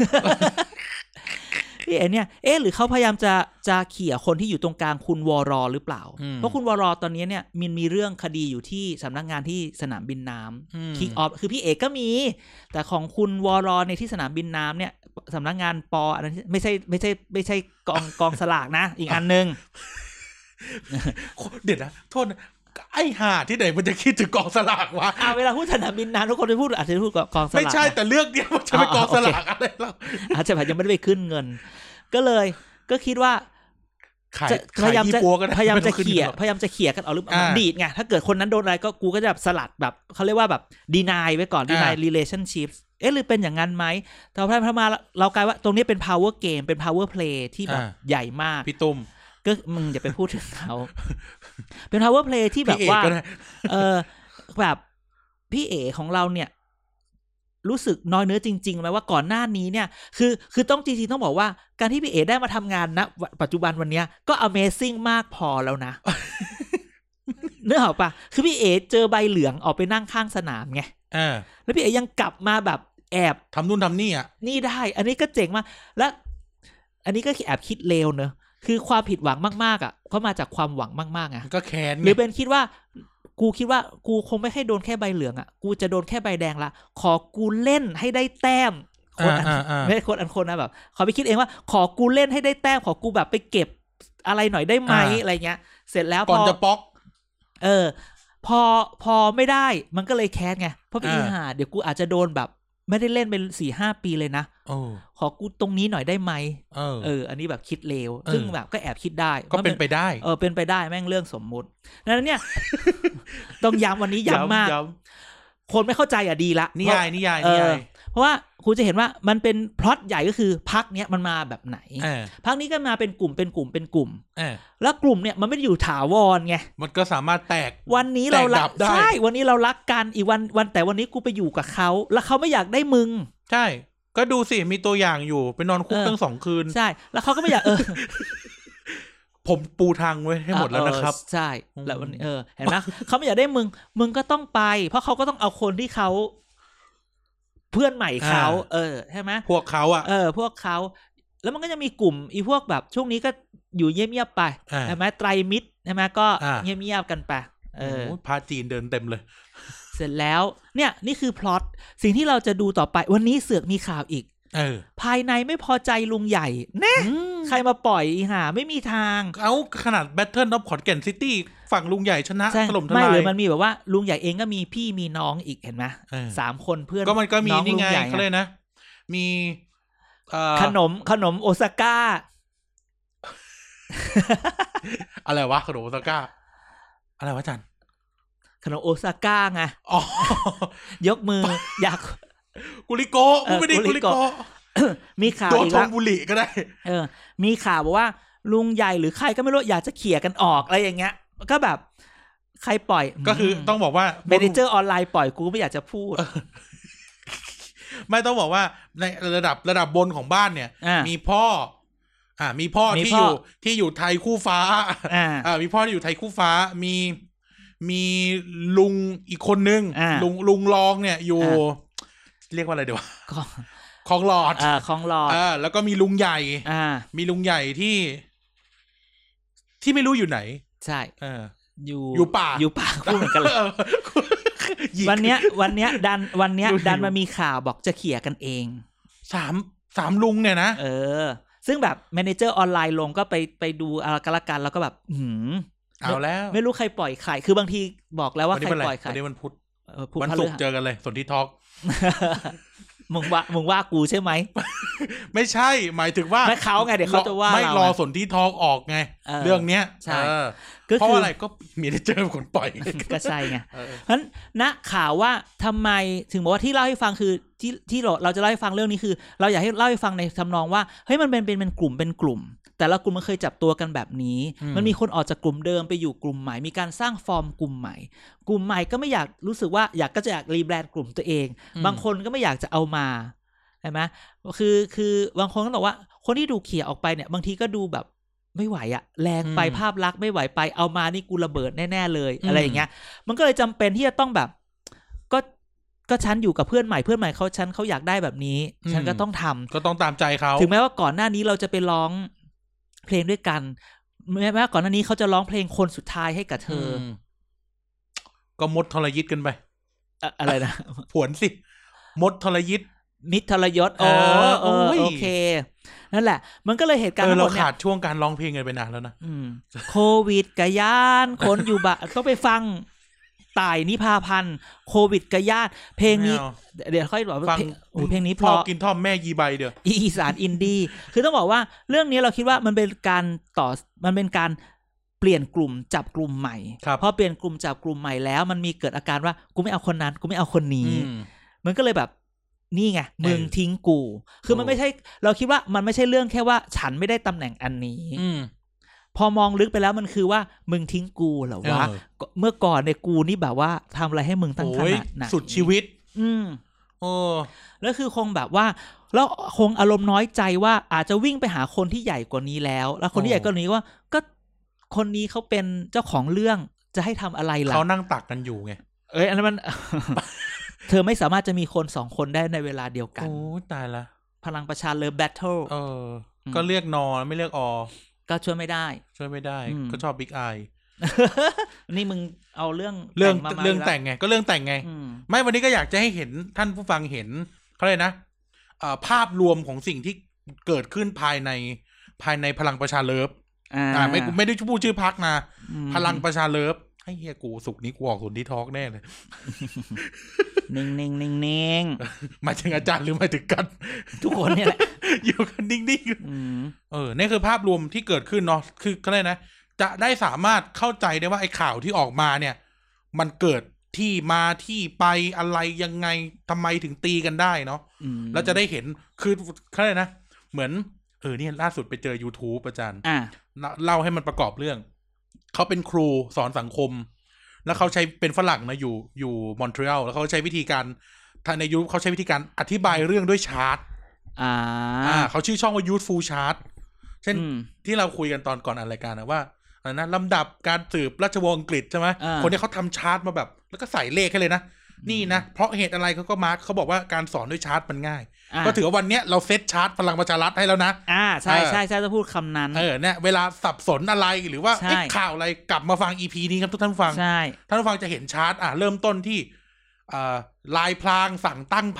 S1: พี่เอ๋เนี่ยเอ๊ะหรือเขาพยายามจะจะเขี่ยคนที่อยู่ตรงกลางคุณวรหรือเปล่าเพราะคุณวรตอนนี้เนี่ยมันมีเรื่องคดีอยู่ที่สำนักงานที่สนามบินน้ำคิกออฟคือพี่เอ๋ก็มีแต่ของคุณวรในที่สนามบินน้ำเนี่ยสำนักงานปออันนั้นไม่ใช่ไม่ใช่ไม่ใช่กองกองสลากนะอีกอันนึง
S2: เดี๋ยวนะโทษไอ้ห่าที่ไหนมันจะคิดถึงกองสลากวะ
S1: อ่าเวลาพูดสนามบินน้ำทุกคนจะพูดอาจจะพูดกองสลาก
S2: ไม่ใช่แต่เรื่องเดียวมันจะไปกองสลากอะไรแล้ว
S1: อาจจะแบบยังไม่ได้ไปขึ้นเงินก็เลยก็คิดว่าพยายามจะพยายามจะเขี่ยพยายามจะเขี่ยกันเอาหรือเปล่าดีดไงถ้าเกิดคนนั้นโดนอะไรก็กูก็จะแบบสลัดแบบเขาเรียกว่าแบบ deny ไว้ก่อน deny relationship เอ๊ะหรือเป็นอย่างนั้นไหมแต่พอพอมาเรากลายว่าตรงนี้เป็น power game เป็น power play ที่แบบใหญ่มาก
S2: พี่ตุ้ม
S1: ก็มึงอย่าไปพูดถึงเขาเป็น power play ที่แบบว่าเออแบบพี่เอ๋ของเราเนี่ยรู้สึกน้อยเนื้อจริงๆไหมว่าก่อนหน้านี้เนี่ยคือคือต้องจริงๆต้องบอกว่าการที่พี่เอ๋ได้มาทำงานณปัจจุบันวันนี้ก็ Amazing มากพอแล้วนะ เนื้อหรอปะคือพี่เอ๋เจอใบเหลืองออกไปนั่งข้างสนามไงแล้วพี่เอ๋ยังกลับมาแบบแอบ
S2: ทำนู่นทำนี่อ่ะ
S1: นี่ได้อันนี้ก็เจ๋งมากและอันนี้ก็แอบคิดเลวเนอะคือความผิดหวังมากๆอ่ะก็มาจากความหวังมากๆไง
S2: ก็แค้น
S1: หรือเป็นคิดว่ากูคิดว่ากูคงไม่ให้โดนแค่ใบเหลืองอ่ะกูจะโดนแค่ใบแดงละขอกูเล่นให้ได้แต้มคนไม่ใช่คนอันคนนะแบบขอไปคิดเองว่าขอกูเล่นให้ได้แต้มขอกูแบบไปเก็บอะไรหน่อยได้ไหมอะไรเงี้ยเสร็จแล้ว
S2: ก่อนจะป๊อก
S1: เออพอพอไม่ได้มันก็เลยแค้นไงเพราะพี่ห่าเดี๋ยวกูอาจจะโดนแบบไม่ได้เล่นเป็น สี่ห้า ปีเลยนะขอกูตรงนี้หน่อยได้ไหมเออเอออันนี้แบบคิดเลวซึ่งแบบก็แอบคิดได้
S2: ก็เป็นไปได้
S1: เออเป็นไปได้แม่งเรื่องสมมุตินั้นเนี่ย ต้องย้ำวันนี้ย้ำมากคนไม่เข้าใจอ่ะดีละ
S2: นิยายนิยายนิยาย
S1: เพราะว่าคุณจะเห็นว่ามันเป็นพล็อตใหญ่ก็คือพรรคเนี้ยมันมาแบบไหนพรรคนี้ก็มาเป็นกลุ่มเป็นกลุ่มเป็นกลุ่มแล้วกลุ่มเนี่ยมันไม่ได้อยู่ถาวรไง
S2: มันก็สามารถแตก
S1: วันนี้เรารักใช่วันนี้เรารักกันอีกวันวันแต่วันนี้กูไปอยู่กับเขาแล้วเขาไม่อยากได้มึง
S2: ใช่ก็ดูสิมีตัวอย่างอยู่ไปนอนคุกตั้งสองคืน
S1: ใช่แล้วเขาก็ไม่อยากเออ
S2: ผมปูทางไว้ให้หมดแล้วนะครับ
S1: ใช่แล้ววันนี้เออเห็นไหมเขาไม่อยากได้มึงมึงก็ต้องไปเพราะเขาก็ต้องเอาคนที่เขาเพื่อนใหม่เขาเออใช่ไหม
S2: พวกเขาอ่ะ
S1: เออพวกเขาแล้วมันก็จะมีกลุ่มอีพวกแบบช่วงนี้ก็อยู่เงียบๆไปใช่ไหมไตรมิตรใช่ไหมก็เงียบๆกันไปเออ
S2: พาจีนเดินเต็มเลย
S1: เสร็จแล้วเนี่ยนี่คือพล็อตสิ่งที่เราจะดูต่อไปวันนี้เสือกมีข่าวอีก
S2: เออ
S1: ภายในไม่พอใจลุงใหญ่แน่ใครมาปล่อยอีห่าไม่มีทาง
S2: เอาขนาด Battle of ขอนแก่นซิตี้ฝั่งลุงใหญ่ชนะถล่มทลาย
S1: ไม่เลยมันมีแบบว่าลุงใหญ่เองก็มีพี่มีน้องอีกเห็นไหมสามคนเพื่อน
S2: ก็มันก็มีนี่ไงเขาเลยนะมี
S1: ขนมขนมโอซาก้า
S2: อะไรวะขนมโอซาก้าอะไรวะจัน
S1: ขนมโอซาก้าไงยกมืออยาก
S2: กุลิโกะกูไม่ได้กุลิโกะ
S1: มีข่าวอีก
S2: แล้วโดนบุหรี่ก็ได้
S1: เออมีข่าวบอกว่าลุงใหญ่หรือใครก็ไม่รู้อยากจะเขี่ยกันออกอะไรอย่างเงี้ยก็แบบใครปล่อย
S2: ก็คือต้องบอกว่า
S1: เมเนเจอร์ออนไลน์ปล่อยกูไม่อยากจะพูด
S2: ไม่ต้องบอกว่าในระดับระดับบนของบ้านเนี่ยมีพ่ออ่ามีพ่อที่อยู่ที่อยู่ไทยคู่ฟ้าอ่ามีพ่อที่อยู่ไทยคู่ฟ้ามีมีลุงอีกคนนึงลุงลุงรองเนี่ยอยู่เรียกว่าอะไรเดี๋ยวคลองหลอด
S1: อ่าคลองหลอด
S2: อ่าแล้วก็มีลุงใหญ่อ่ามีลุงใหญ่ที่ที่ไม่รู้อยู่ไหน
S1: ใช่
S2: เออ
S1: อยู่
S2: อยู่ป่า
S1: อยู่ป่าคู่เหมือนกันเลยวันเนี้ยวันเนี้ยดันวันเนี้ยดันมามีข่าวบอกจะเขี่ยกันเอง
S2: สามสามลุงเนี่ยนะ
S1: เออซึ่งแบบแมเนเจอร์ออนไลน์ลงก็ไปไปดูอะไรกันละกันแล้วก็แบบหืม
S2: เอาแล้ว
S1: ไม่รู้ใครปล่อยไข่คือบางทีบอกแล้วว่าใครปล่อยไข่
S2: วันนี้มันพุธวันศุกร์เจอกันเลยสนธิทอล์ก
S1: มึงว่ามึงว่ากูใช่ไหม
S2: ไม่ใช่หมายถึงว่า
S1: ไม่เขาไงเดี๋ยวเขาจะว่า
S2: ไม่รอสนธิทอล์กออกไงเรื่องเนี้ย
S1: ใช่
S2: เพราะอะไรก็มีได้เจอคนปล่อย
S1: ก็ใช่ไงเพราะฉะนั้นณข่าวว่าทำไมถึงบอกว่าที่เล่าให้ฟังคือที่ที่เราเราจะเล่าให้ฟังเรื่องนี้คือเราอยากให้เล่าให้ฟังในทำนองว่าเฮ้ยมันเป็นเป็นเป็นกลุ่มเป็นกลุ่มแต่ละกลุ่มมันเคยจับตัวกันแบบนี้มันมีคนออกจากกลุ่มเดิมไปอยู่กลุ่มใหม่มีการสร้างฟอร์มกลุ่มใหม่กลุ่มใหม่ก็ไม่อยากรู้สึกว่าอยากก็จะอยากรีแบรนด์กลุ่มตัวเองบางคนก็ไม่อยากจะเอามาใช่ไหมคือคือบางคนก็บอกว่าคนที่ดูเขี่ยออกไปเนี่ยบางทีก็ดูแบบไม่ไหวอะแรงไปภาพลักษณ์ไม่ไหวไปเอามานี่กูระเบิดแน่ๆเลยอะไรอย่างเงี้ยมันก็เลยจำเป็นที่จะต้องแบบก็ก็ฉันอยู่กับเพื่อนใหม่เพื่อนใหม่เขาฉันเขาอยากได้แบบนี้ฉันก็ต้องทำ
S2: ก็ต้องตามใจเขา
S1: ถึงแม้ว่าก่อนหน้านี้เราจะไปร้องเพลงด้วยกันแม้ว่าก่อนหน้านี้เขาจะร้องเพลงคนสุดท้ายให้กับเธอ
S2: ก็มดทรยิตกันไป
S1: อะไรนะ
S2: ผวนสิมดทรยิต
S1: มิตรทรยศอ๋อโอเคนั่นแหละมันก็เลยเหตุการณ์
S2: เราขาดช่วงการร้องเพลงกันไปนานแล้วนะ
S1: โควิดกะย่านคนอยู่บ้านต้องไปฟังต่ายนิพาพันธ์โควิดกะย่านเพลงนี้เดี๋ยวค่อยบอกว่าเพลงนี้พอ
S2: กินท่อมแม่ยีใบเดี๋ยว
S1: อีสานอินดี้คือต้องบอกว่าเรื่องนี้เราคิดว่ามันเป็นการต่อมันเป็นการเปลี่ยนกลุ่มจับกลุ่มใหม่พอเปลี่ยนกลุ่มจับกลุ่มใหม่แล้วมันมีเกิดอาการว่ากูไม่เอาคนนั้นกูไม่เอาคนนี้มันก็เลยแบบนี่ไงมึงทิ้งกูคือมันไม่ใช่เราคิดว่ามันไม่ใช่เรื่องแค่ว่าฉันไม่ได้ตำแหน่งอันนี้พอมองลึกไปแล้วมันคือว่ามึงทิ้งกูเหรอวะเมื่อก่อนในกูนี่แบบว่าทำอะไรให้มึงตั้งขนาดนั้น
S2: สุดชีวิต
S1: อืม
S2: โอ้
S1: แล้วคือคงแบบว่าแล้วคงอารมณ์น้อยใจว่าอาจจะวิ่งไปหาคนที่ใหญ่กว่านี้แล้วแล้วคนที่ใหญ่กว่านี้ว่าก็คนนี้เขาเป็นเจ้าของเรื่องจะให้ทำอะไรล่ะ
S2: เขานั่งตักกันอยู่ไง
S1: เอ้ยอันนั้นมันเธอไม่สามารถจะมีคนสองคนได้ในเวลาเดียวกัน
S2: โอ้ตายละ
S1: พลังประชาเลิฟแบทเทิล
S2: เออก็เรียกนอไม่เรียกอ
S1: ก็ช่วยไม่ได้
S2: ช่วยไม่ได้ก็ชอบบิ๊กไอ
S1: นี่มึงเอาเรื่อง
S2: เรื่องเรื่องแต่งไงก็เรื่องแต่งไงไม่วันนี้ก็อยากจะให้เห็นท่านผู้ฟังเห็นเขาเลยนะภาพรวมของสิ่งที่เกิดขึ้นภายในภายในพลังประชาเลิฟอ่าไม่ไม่ได้พูดชื่อพรรคนะพลังประชาเลิฟให้เฮียกูสุกนี้กูออกสุนที่ทอล์กแน่เลย
S1: นิ่งนิ่งนิ่งนิ่ง
S2: หมายถึงอาจารย์หรือหมายถึงกัน
S1: ทุกคนเนี่ยแหละ
S2: อยู่กันนิ่งนิ่งเออนี่คือภาพรวมที่เกิดขึ้นเนาะคือก็เลยนะจะได้สามารถเข้าใจได้ว่าไอ้ข่าวที่ออกมาเนี่ยมันเกิดที่มาที่ไปอะไรยังไงทำไมถึงตีกันได้เนาะแล้วจะได้เห็นคือเขาเลยนะเหมือนเออเนี่ยล่าสุดไปเจอ YouTube อาจารย์เล่าให้มันประกอบเรื่องเขาเป็นครูสอนสังคมแล้วเขาใช้เป็นฝรั่งนะอยู่อยู่มอนทรีออลแล้วเขาใช้วิธีการทางในยูทูบเขาใช้วิธีการอธิบายเรื่องด้วยชาร์ตอ่าอ่าเขาชื่อช่องว่า Youthful Chart เช่นที่เราคุยกันตอนก่อนอัดรายการนะว่าอะไรนะลำดับการสืบราชวงศ์อังกฤษใช่ไหมคนนี้เขาทำชาร์ตมาแบบแล้วก็ใส่เลขให้เลยนะนี่นะเพราะเหตุอะไรเขาก็มาร์คเขาบอกว่าการสอนด้วยชาร์ตมันง่ายก็ถือว่าวันนี้เราเซตชาร์ตพลังประชารัฐให้แล้วนะ
S1: อ่าใช่ใช่ใช่จะพูดคำนั้น
S2: เออเนี่ยเวลาสับสนอะไรหรือว่าข่าวอะไรกลับมาฟัง อี พี นี้ครับทุกท่านฟังท่านฟังจะเห็นชาร์ตอ่ะเริ่มต้นที่อ่าลายพลางสั่งตั้งพรรค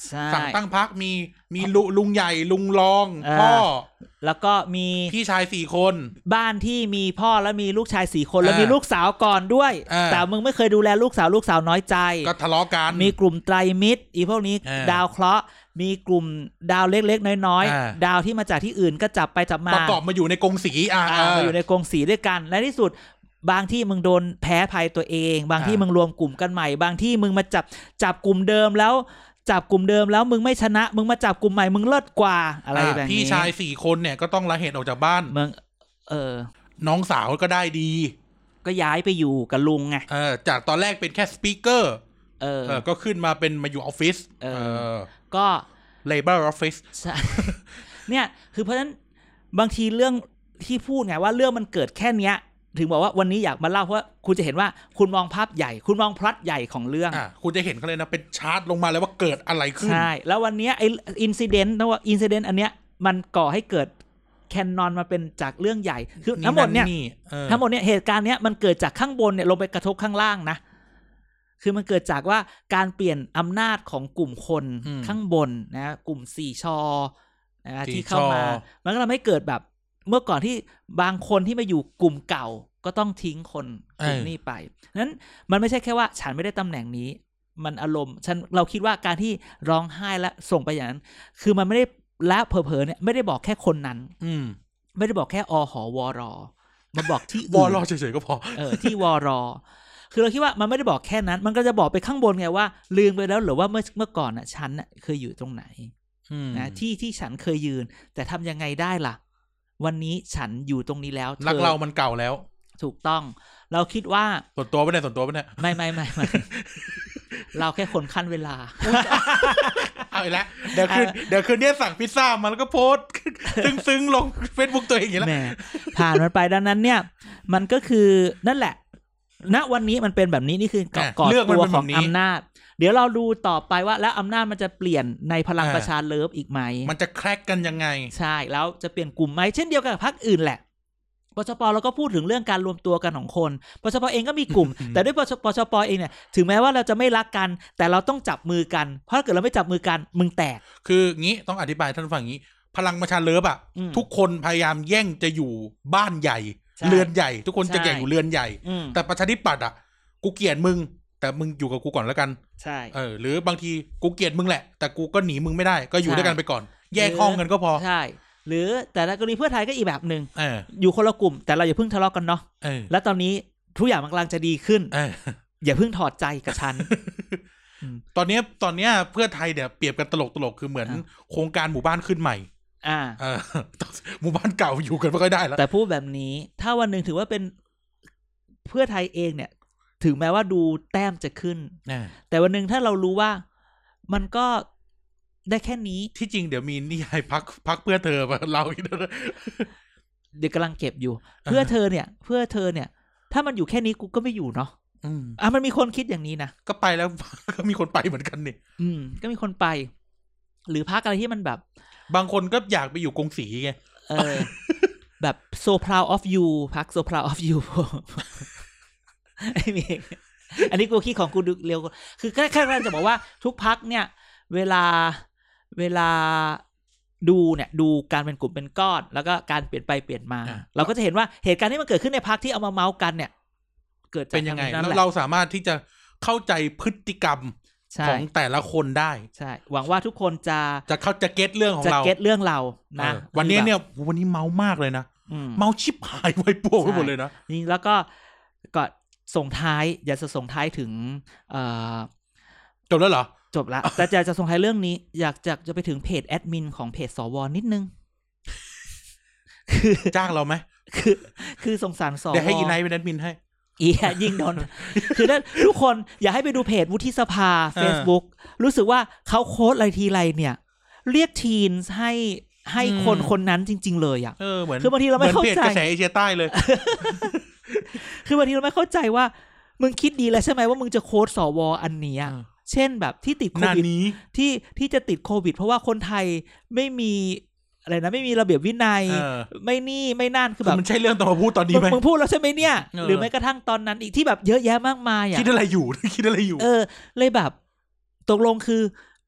S2: สั่งตั้งพรรคมีมีลุงใหญ่ลุงรองพ่อ
S1: แล้วก็มี
S2: พี่ชายสี่คน
S1: บ้านที่มีพ่อแล้วมีลูกชายสี่คนแล้วมีลูกสาวก่อนด้วยแต่มึงไม่เคยดูแลลูกสาวลูกสาวน้อยใจ
S2: ก็ทะเลาะกัน
S1: มีกลุ่มไตรมิตรอีพวกนี้ดาวเคราะห์มีกลุ่มดาวเล็กๆน้อยๆดาวที่มาจากที่อื่นก็จับไปจับมา
S2: ประกอบมาอยู่ในกงสีอ่า
S1: มาอยู่ในกงสีด้วยกันและที่สุดบางที่มึงโดนแพ้ภัยตัวเองบางที่มึงรวมกลุ่มกันใหม่บางที่มึงมาจับจับกลุ่มเดิมแล้วจับกลุ่มเดิมแล้วมึงไม่ชนะมึงมาจับกลุ่มใหม่มึงเลิศกว่าอะไรแบบนี้
S2: พี่ชายสี่คนเนี่ยก็ต้องละเหตุออกจากบ้าน
S1: มึงเออ
S2: น้องสาวก็ได้ดี
S1: ก็ย้ายไปอยู่กับลุงไง
S2: เออจากตอนแรกเป็นแค่สปีกเกอร์เออก็ขึ้นมาเป็นมาอยู่ออฟฟิศเออ
S1: ก็
S2: Labor Office
S1: ใช่เนี่ยคือเพราะฉะนั้นบางทีเรื่องที่พูดไงว่าเรื่องมันเกิดแค่เนี้ยถึงบอกว่าวันนี้อยากมาเล่าเพราะคุณจะเห็นว่าคุณมองภาพใหญ่คุณมองพล็อตใหญ่ของเรื่อง
S2: อ่ะคุณจะเห็นเขาเลยนะเป็นชาร์ตลงมาเลยว่าเกิดอะไรขึ้น
S1: ใช่แล้ววันนี้ไอ้อินซิเดนต์นะว่าอินซิเดนต์อันเนี้ยมันก่อให้เกิดแคนนอนมาเป็นจากเรื่องใหญ่คือทั้งหมดเนี่ยทั้งหมดเนี่ยเหตุการณ์เนี้ยมันเกิดจากข้างบนเนี่ยลงไปกระทบข้างล่างนะคือมันเกิดจากว่าการเปลี่ยนอำนาจของกลุ่มคนข้างบนนะกลุ่มสี่ชอนะที่เข้ามามันก็ทำให้เกิดแบบเมื่อก่อนที่บางคนที่มาอยู่กลุ่มเก่าก็ต้องทิ้งคนกลุ่มนี้ไปนั้นมันไม่ใช่แค่ว่าฉันไม่ได้ตำแหน่งนี้มันอารมณ์ฉันเราคิดว่าการที่ร้องไห้และส่งไปอย่างนั้นคือมันไม่ได้และเผลอๆเนี่ยไม่ได้บอกแค่คนนั้น
S2: อืม
S1: ไม่ได้บอกแค่อหวรมาบอกที่
S2: วรเฉยๆก็พอ
S1: เออที่วรคือเราคิดว่ามันไม่ได้บอกแค่นั้นมันก็จะบอกไปข้างบนไงว่าลืมไปแล้วหรือว่าเมื่อเมื่อก่อนน่ะฉันน่ะเคยอยู่ตรงไหนนะที่ที่ฉันเคยยืนแต่ทำยังไงได้ล่ะวันนี้ฉันอยู่ตรงนี้แล้ว
S2: รักเรามันเก่าแล้ว
S1: ถูกต้องเราคิดว่า
S2: ส่วนตัวไม่ได้ส่วนตัวไม่ได้
S1: ไม่ไม่ไม่ไม่เราแค่คนขั้นเวลา
S2: เอาอีกแล้วเดี๋ยวคืนเดี๋ยวคืนนี้สั่งพิซซ่ามาแล้วก็โพสต์ซึ้งๆลง Facebook ตัวเองอย่างนี้แล้ว
S1: ผ่านมันไปดังนั้นเนี่ยมันก็คือนั่นแหละณวันนี้มันเป็นแบบนี้นี่คือก่อตัวของอำนาจเดี๋ยวเราดูต่อไปว่าแล้วอำนาจมันจะเปลี่ยนในพลังประชาเลิฟอีกไหม
S2: มันจะแคร็กกันยังไง
S1: ใช่แล้วจะเปลี่ยนกลุ่มไหมเช่นเดียวกับพรรคอื่นแหละปชป.เราก็พูดถึงเรื่องการรวมตัวกันของคนปชป.เองก็มีกลุ่ม แต่ด้วยปชป.เองเนี่ยถึงแม้ว่าเราจะไม่รักกันแต่เราต้องจับมือกันเพราะถ้าเกิดเราไม่จับมือกันมึงแตก
S2: คืองี้ต้องอธิบายท่านฟังงี้พลังประชาเลิฟอ่ะทุกคนพยายามแย่งจะอยู่บ้านใหญ่เรือนใหญ่ทุกคนจะแย่งอยู่เรือนใหญ่แต่ประชาธิปัตย์อ่ะกูเกลียดมึงแต่มึงอยู่กับกูก่อนแล้วกัน
S1: ใช่
S2: เออหรือบางทีกูเกลียดมึงแหละแต่กูก็หนีมึงไม่ได้ก็อยู่ด้วยกันไปก่อนแยกห้องกันก็พอ
S1: ใช่หรือแต่ละกรณีเพื่อไทยก็อีกแบบนึง อ, อยู่คนละกลุ่มแต่เราอย่าเพิ่งทะเลาะกันเนาะแล้วตอนนี้ทุกอย่างมันกำลังจะดีขึ้น อ, อย่าเพิ่งถอดใจกับฉัน
S2: ตอนนี้ตอนนี้เพื่อไทยเนี่ยเปรียบกันตลกตลกคือเหมือนโครงการหมู่บ้านขึ้นใหม่
S1: อ่า
S2: หมู่บ้านเก่าอยู่กันไม่ค่อยได้แล้ว
S1: แต่พูดแบบนี้ถ้าวันนึงถือว่าเป็นเพื่อไทยเองเนี่ยถึงแม้ว่าดูแต้มจะขึ้นแต่วันนึงถ้าเรารู้ว่ามันก็ได้แค่นี้
S2: ที่จริงเดี๋ยวมีนิยายพักพักเพื่อเธอมาเราอีกนะ
S1: เดี๋ยวกำลังเก็บอยู่เพื่อเธอเนี่ยเพื่อเธอเนี่ยถ้ามันอยู่แค่นี้กูก็ไม่อยู่เนาะอ่ะมันมีคนคิดอย่างนี้นะ
S2: ก็ไปแล้วก็มีคนไปเหมือนกันนี่
S1: อืมก็มีคนไปหรือพักอะไรที่มันแบบ
S2: บางคนก็อยากไปอยู่กงสีไง
S1: เออแบบ so proud of you พัก so proud of you ไอ้มีอันนี้กูคิดของกูดูเร็วคือแค่แค่จะบอกว่าทุกพักเนี่ยเวลาเวลาดูเนี่ยดูการเป็นกลุ่มเป็นก้อนแล้วก็การเปลี่ยนไปเปลี่ยนมาเราก็จะเห็นว่าเหตุการณ์ที่มันเกิดขึ้นในพรรคที่เอามาเมาส์กันเนี่ยเกิดจาก
S2: เป็นยังไงแล้วเราสามารถที่จะเข้าใจพฤติกรรมของแต่ละคนได้
S1: ใช่หวังว่าทุกคนจะ
S2: จะเข้าจะเก็ตเรื่องของเรา
S1: จะเก็ตเรื่องเรานะ
S2: วันนี้เนี่ยวันนี้เมามากเลยนะเมาชิบหายไว้ปวกไปหมดเลยนะ
S1: นี่แล้วก็ก็ส่งท้ายอยากจะส่งท้ายถึง
S2: จบแล้วเหรอ
S1: จบละแต่อยากจะส่งท้ายเรื่องนี้อยากจะจะไปถึงเพจแอดมินของเพจสวนิดนึง
S2: คือจ้างเราไหม
S1: คือคือสงสารสว
S2: เดี๋ยวให้อีไนท์เป็นแอดมินให้
S1: อียิงโดนคือถ้าทุกคนอยากให้ไปดูเพจวุฒิสภา Facebook รู้สึกว่าเขาโค้ดอะไรทีไรเนี่ยเรียกทีนให้ให้คนคนนั้นจริงๆเลยอ่ะ
S2: เออเหมือน
S1: คือบางทีเราไม่เข้าใจ
S2: กระแสเอเชียใต้เลย
S1: คือบางทีเราไม่เข้าใจว่ามึงคิดดีแล้วใช่ไหมว่ามึงจะโค้ดสวอันนี้เช่นแบบที่ติดโควิดที่ที่จะติดโควิดเพราะว่าคนไทยไม่มีอะไรนะไม่มีระเบียบวินัยไม่นี่ไม่นั่นคือแบบ
S2: มันใช่เรื่องต้องมาพูดตอนนี้ไหม
S1: มึงพูดแล้วใช่ไหมเนี่ยหรือแม้กระทั่งตอนนั้นอีกที่แบบเยอะแยะมากมายอ่ะ
S2: คิดอะไรอยู่คิดอะไรอยู่
S1: เออเลยแบบตกลงคือ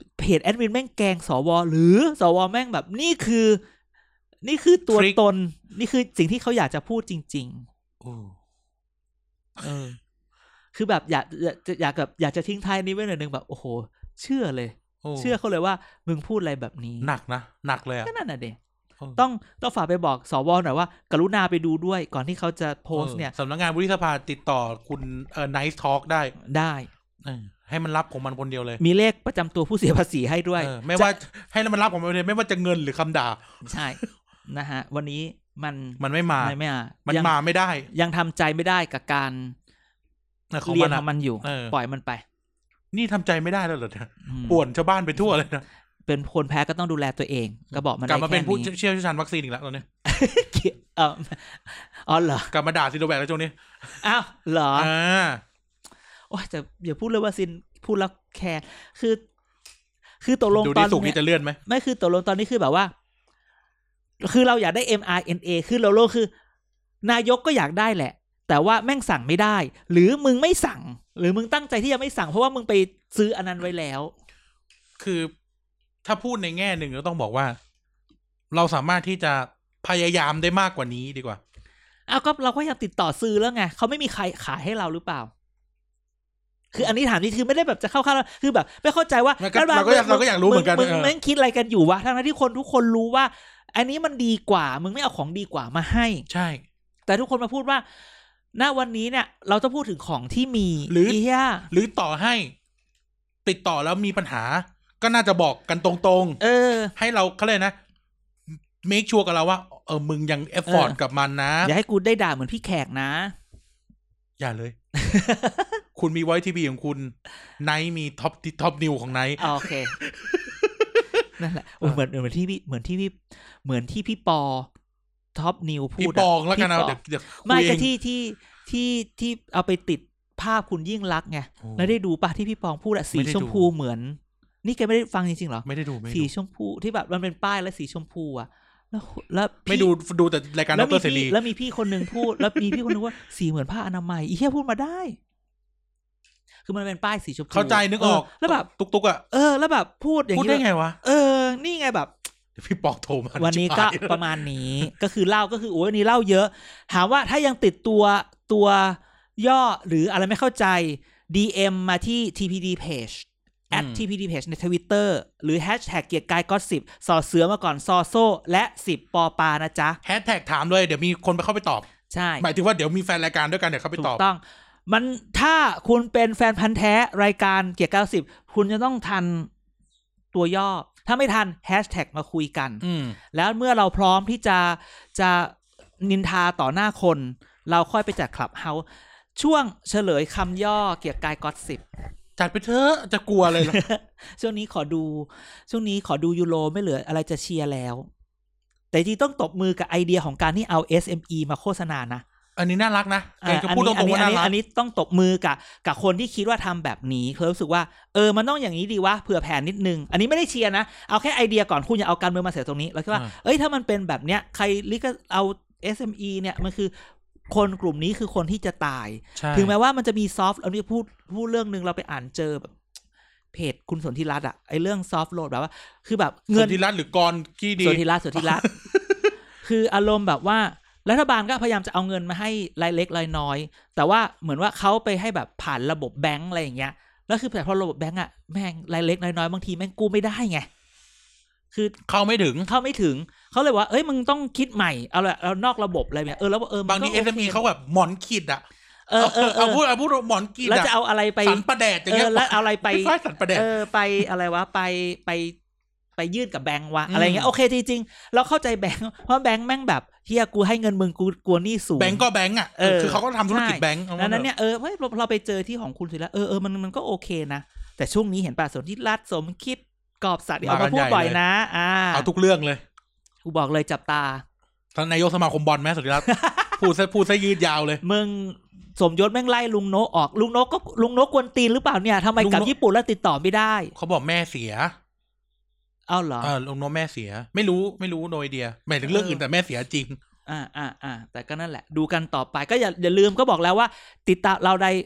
S1: เพจแอดมินแม่งแกงสวหรือสวแม่งแบบนี่คือนี่คือตัวตนนี่คือสิ่งที่เขาอยากจะพูดจริงๆโอ้เออคือแบบอยากอยากแบบอยากจะทิ้งท้ายนี้ไว้หน่อยนึงแบบโอ้โหเชื่อเลยเชื่อเขาเลยว่ามึงพูดอะไรแบบนี้
S2: หนักนะหนักเลยอ่ะ
S1: นั่นน่ะเด็ต้องต้องฝากไปบอกสวหน่อยว่ากรุณาไปดูด้วยก่อนที่เขาจะโพสต์เนี่ย
S2: สำนักงานวุฒิสภาติดต่อคุณเอ่อ Nice Talk ได้
S1: ได้
S2: ให้มันรับของมันคนเดียวเลย
S1: มีเลขประจำตัวผู้เสียภาษีให้ด้วย
S2: ไม่ว่าให้มันรับของมันเลยไม่ว่าจะเงินหรือคำด่า
S1: ใช่นะฮะวันนี้มัน
S2: มันไม่มา
S1: ไม่มา
S2: มันมาไม่ได้
S1: ยังทำใจไม่ได้กับการเรียนของมันอยู่ปล่อยมันไป
S2: นี่ทำใจไม่ได้แล้วเหรอเนี่ยป่วนชาวบ้านไปทั่วเลยนะ
S1: เป็นคนแพ้ก็ต้องดูแลตัวเองก็บอกมัน
S2: กลับมาเป็นผู้เชี่ยวชาญวัคซีนอีกแล้วตอนนี้
S1: เอออ๋อเหรอก
S2: ลับมาด่าซิโนแวคแล้วช่วงนี้
S1: อ้าวเหรออ่าโอ้ยแต่อย่าพูดเลยว่าซินพูดแล้วแคร์คือคือตกลงตอน
S2: นี้จะเลื่อนไหม
S1: ไม่คือตกลงตอนนี้คือแบบว่าคือเราอยากได้ เอ็ม อาร์ เอ็น เอ คือเราโลคือนายกก็อยากได้แหละแต่ว่าแม่งสั่งไม่ได้หรือมึงไม่สั่งหรือมึงตั้งใจที่จะไม่สั่งเพราะว่ามึงไปซื้ออันนั้นไว้แล้ว
S2: คือถ้าพูดในแง่หนึ่งก็ต้องบอกว่าเราสามารถที่จะพยายามได้มากกว่านี้ดีกว่า
S1: อ้าวก็เราก็อยากติดต่อซื้อแล้วไงเขาไม่มีใครขายให้เราหรือเปล่าคืออันนี้ถามนี่คือไม่ได้แบบจะเข้าข้างคือแบบไม่เข้าใจว่า
S2: เราก็อยากเราก็อยากรู้เหมือนกัน
S1: มึงแม่งคิดอะไรกันอยู่วะทั้งที่คนทุกคนรู้ว่าอันนี้มันดีกว่ามึงไม่เอาของดีกว่ามาให้
S2: ใช่
S1: แต่ทุกคนมาพูดว่าณวันนี้เนี่ยเราจะพูดถึงของที่มี
S2: หรือหรือต่อให้ติดต่อแล้วมีปัญหาก็น่าจะบอกกันตรงๆ
S1: เออ
S2: ให้เราเขาเลยนะเมคชัวร์กับเราว่าเออมึงยังเอฟฟอร์ตกับมันนะ
S1: อย่าให้กูได้ด่าเหมือนพี่แขกนะ
S2: อย่าเลย คุณมีไว้ทีวีของคุณไนท์มีท็อปท็อปนิวของไนท์
S1: โอเคนั่นแหละเหมือนเหมือนที่พี่เหมือนที่พี่เหมือนที่พี่ปอท็อปนิวพูด
S2: พี่ปองแล้วกันเอาเดี๋ยวเดี๋ยว
S1: ไม่ก็ที่ที่ที่ที่เอาไปติดภาพคุณยิ่งรักไงแล้วได้ดูป่ะที่พี่ปองพูดอะสีชมพูเหมือนนี่แกไม่ได้ฟังจริงๆหรอ
S2: ไม่ได้ดู
S1: สีชมพูที่แบบมันเป็นป้ายแล้วสีชมพูอะแล้วแล้ว
S2: ไม่ดูดูแต่รายการดร.เสรี
S1: แล้วมีพี่คนนึงพูดแล้วมีพี่คนนึงว่าสีเหมือนผ้าอนามัยอีแค่พูดมาได้คือมันเป็นป้ายสีชมพู
S2: เข้าใจนึกออก
S1: แล้วแบบ
S2: ตุกๆอ่ะ
S1: เออแล้วแบบพูดอย่างนี้
S2: พูดได้ไงวะ
S1: เออนี่ไงแบบ
S2: พี่ปองโทรมา
S1: วันนี้ก็ประมาณนี้ก็คือเล่าก็คือโอ้ยวันนี้เล่าเยอะถามว่าถ้ายังติดตัวตัวย่อหรืออะไรไม่เข้าใจ ดี เอ็ม มาที่ ที พี ดี Pageแอท ที พี ดี Page ใน Twitter หรือ แฮชแท็ก เกียรติกายก็สิบสอเสือมาก่อนซอโซ่และสิบปอปานะจ๊ะ
S2: แฮชแท็กถามเลยเดี๋ยวมีคนไปเข้าไปตอบ
S1: ใช่
S2: หมายถึงว่าเดี๋ยวมีแฟนรายการด้วยกันเดี๋ยวเข้าไปตอบ
S1: ถูกต้องมันถ้าคุณเป็นแฟนพันธุ์แท้รายการเกียรติกายก็สิบคุณจะต้องทันตัวย่อถ้าไม่ทันแฮชแท็กมาคุยกันแล้วเมื่อเราพร้อมที่จะจะนินทาต่อหน้าคนเราค่อยไปจัดคลับเฮาส์ช่วงเฉลยคำย่อเกียรติกายก็สิบ
S2: จัดไปเถอะจะกลัวอะไรล่ะ
S1: ช่วงนี้ขอดูช่วงนี้ขอดูยูโรไม่เหลืออะไรจะเชียร์แล้วแต่จริงต้องตบมือกับไอเดียของการที่เอา เอส เอ็ม อี มาโฆษณานะ
S2: อันนี้น่ารักนะแกก็พูดตรงๆว่าน่ารัก
S1: อันนี้ต้องตบมือกับกับคนที่คิดว่าทำแบบนี้เพราะรู้สึกว่าเออมันต้องอย่างนี้ดีวะเผื่อแผนนิดนึงอันนี้ไม่ได้เชียร์นะเอาแค่ไอเดียก่อนคุณอย่าเอาการเมืองมาเสียตรงนี้แล้วคิดว่าเอ้ยถ้ามันเป็นแบบเนี้ยใครลิก็เอา เอส เอ็ม อี เนี่ยมันคือคนกลุ่มนี้คือคนที่จะตายถึงแม้ว่ามันจะมีซอฟต์เราเนี่ยพูดพูดเรื่องนึงเราไปอ่านเจอแบบเพจคุณสนธิรัตน์อะไอเรื่องซอฟต์โหลดแบบว่าคือแบบ
S2: เงินสนธิรัตน์หรือกรกี้ดี
S1: สนธิรัตน์สนธิรัตน์ คืออารมณ์แบบว่ารัฐบาลก็พยายามจะเอาเงินมาให้รายเล็กรายน้อยแต่ว่าเหมือนว่าเขาไปให้แบบผ่านระบบแบงก์อะไรอย่างเงี้ยแล้วคือแต่พอระบบแบงก์อะแม่งรายเล็กรายน้อยบางทีแม่งกู้ไม่ได้ไงคือ
S2: เข้าไม่ถึง
S1: เข้าไม่ถึงเขาเลยว่าเอ้ยมึงต้องคิดใหม่เอาละเอานอกระบบอะไรเนี่ยเออแล้วเออบ
S2: างที เอส เอ็ม อี เขาแบบหมอนขีดอะ
S1: เออเออ
S2: เอาพูดเอาพูดหมอนกีด
S1: แล้วจะเอาอะไรไป
S2: สันประแดดอย่างเงี้ย
S1: แล้วเอาอะไรไป
S2: สันประแดด
S1: เออไปอะไรวะไปไปไปยื่นกับแบงก์วะอะไรเงี้ยโอเคจริงๆเราเข้าใจแบงก์เพราะแบงก์แม่งแบบเฮียกูให้เงินมึงกูกลัวหนี้สูง
S2: แบงก์ก็แบงก์อ่ะคือเขาก็ทำธุรกิจแบงก์
S1: นั้นเนี่ยเออเฮ้ยเราไปเจอที่ของคุณสิแล้วเออเออมันมันก็โอเคนะแต่ช่วงนี้เห็นป่ะสนธิรัตน์สมคิดกอบศักดิ์เอามาพูดบ่อยนะอ่า
S2: เอาทุกเรื่องเลย
S1: กูบอกเลยจับตา
S2: ท่านนายกสมาคมบอลแม่สนธิรัตน์พูดซะพูดซะยืดยาวเลย
S1: มึงสมยศแม่งไล่ลุงโนออกลุงโนก็ลุงโนกวนตีนหรือเปล่าเนี่ยทำไมกลับญี่ปุ่นแล้วติดต่อไม่ได้
S2: เขาบอกแม่เสีย
S1: เอาเหรอ
S2: เออลุงโนแม่เสียไม่รู้ไม่รู้โนไอเดียไม่ถึงเรื่องอื่นแต่แม่เสียจริง
S1: อ่าอ่าอ่าแต่ก็นั่นแหละดูกันต่อไปก็อย่าอย่าลืมก็บอกแล้วว่าติดตามเราได้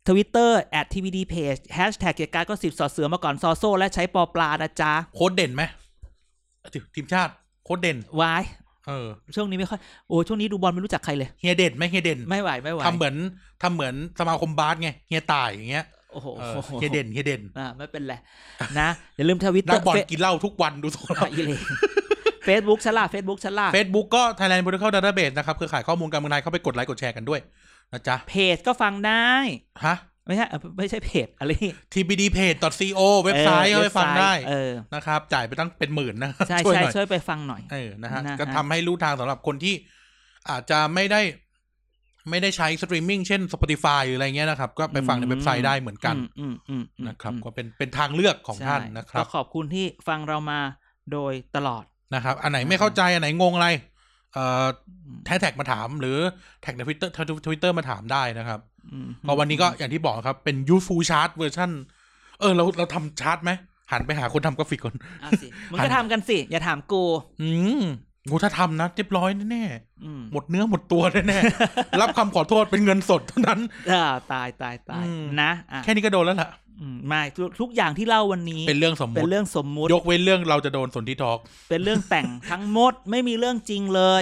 S1: Twitterแอท ที วี ดี Page แฮชแท็กเกียร์กายก็สิบสอเสือมาก่อนซอโซ่และใช้ปอปลานะจ๊ะ
S2: โค้ดเด่นไหมทีมชาติโค้ดเด่น
S1: วาย
S2: เออ
S1: ช่วงนี้ไม่ค่อยโอ้ช่วงนี้ดูบอลไม่รู้จักใครเลย
S2: เฮียเด่นไหมเฮียเด่น
S1: ไม่ไหวไม่ไหว
S2: ทำเหมือนทำเหมือนสมาคมบาสไงเฮียต่ายอย่างเงี้ย
S1: โอ้โห
S2: เฮียเด่นเฮียเด่น
S1: อ่าไม่เป็นไรนะอย่าลืมทวิตเตอร์
S2: นักบอลกินเหล้าทุกวันดูโซน
S1: อีเลยเฟซบุ๊กชั้นล่าเฟซบุ๊กชั้นล่า
S2: เฟซบุ๊กก็ Thailand Protocol Database นะครับเครือข่ายข้อมูลการเมืองไทยเข้าไปกดไลค์กดแชร์กันด้วยนะจ๊ะ
S1: เพจก็ฟังได้
S2: ฮะ
S1: ไม่ใช่ไม่ใช่เพจอะไร
S2: ที บี ดี เพจ ดอท ซี โอ เว็บไซต์เข้าไปฟังได้นะครับจ่ายไปตั้งเป็นหมื่นนะ
S1: ใช่ใช่ช่วยไปฟังหน่อย
S2: เออนะฮะก็ทำให้รู้ทางสำหรับคนที่อาจจะไม่ได้ไม่ได้ใช้สตรีมมิ่งเช่น Spotify หรืออะไรเงี้ยนะครับก็ไปฟังในเว็บไซต์ได้เหมือนกันนะครับก็เป็นเป็นทางเลือกของท่านนะครับ
S1: ก็ขอบคุณที่ฟังเรามาโดยตลอด
S2: นะครับอันไหนไม่เข้าใจอันไหนงงอะไรเอ่อแท็กมาถามหรือแท็กใน Twitter Twitter มาถามได้นะครับพอวันนี้ก็อย่างที่บอกครับเป็น Useful Chart เวอร์ชันเออเราเราทำชาร์ตไหมหันไปหาคนทำกราฟิกก่อน
S1: อ่ะสิมึงก็ทำกันสิอย่าถามกู
S2: อืมกูถ้าทำนะเรียบร้อยแน่ๆหมดเนื้อหมดตัวแน่ๆรับคำขอโทษเป็นเงินสดเท่านั้น
S1: อ่าตายตายตายนะ
S2: แค่นี้ก็โดนแล้วล่ะ
S1: ไม่ทุกอย่างที่เล่าวันนี้
S2: เป็นเรื่องสมมุติ
S1: เป็นเรื่องสมมุติ
S2: ยกเว้นเรื่องเราจะโดนสนธิทอล์ก
S1: เป็นเรื่องแต่งทั้งหมดไม่มีเรื่องจริงเลย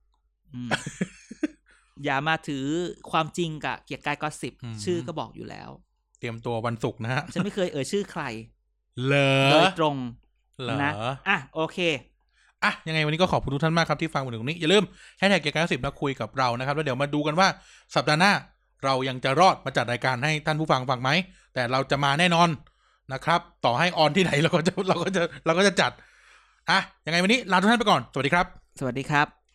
S1: อย่ามาถือความจริงกับเกียรติกายก็สิบชื่อก็บอกอยู่แล้ว
S2: เตรียมตัววันศุกร์นะฮะ
S1: ฉันไม่เคยเอ่ยชื่อใคร
S2: เหรอ
S1: โดยตรงนะอ่ะโอเค
S2: อ่ะยังไงวันนี้ก็ขอบคุณทุกท่านมากครับที่ฟังมาถึงตรงนี้อย่าลืมแฮชแท็กเกียรติกายก็สิบมาคุยกับเรานะครับแล้วเดี๋ยวมาดูกันว่าสัปดาห์หน้าเรายังจะรอดมาจัดรายการให้ท่านผู้ฟังฟังไหมแต่เราจะมาแน่นอนนะครับต่อให้ออนที่ไหนเราก็จะเราก็จะเราก็จะจัดอ่ะยังไงวันนี้ลาทุกท่านไปก่อนสวัสดีครับ
S1: สวัสดีครับ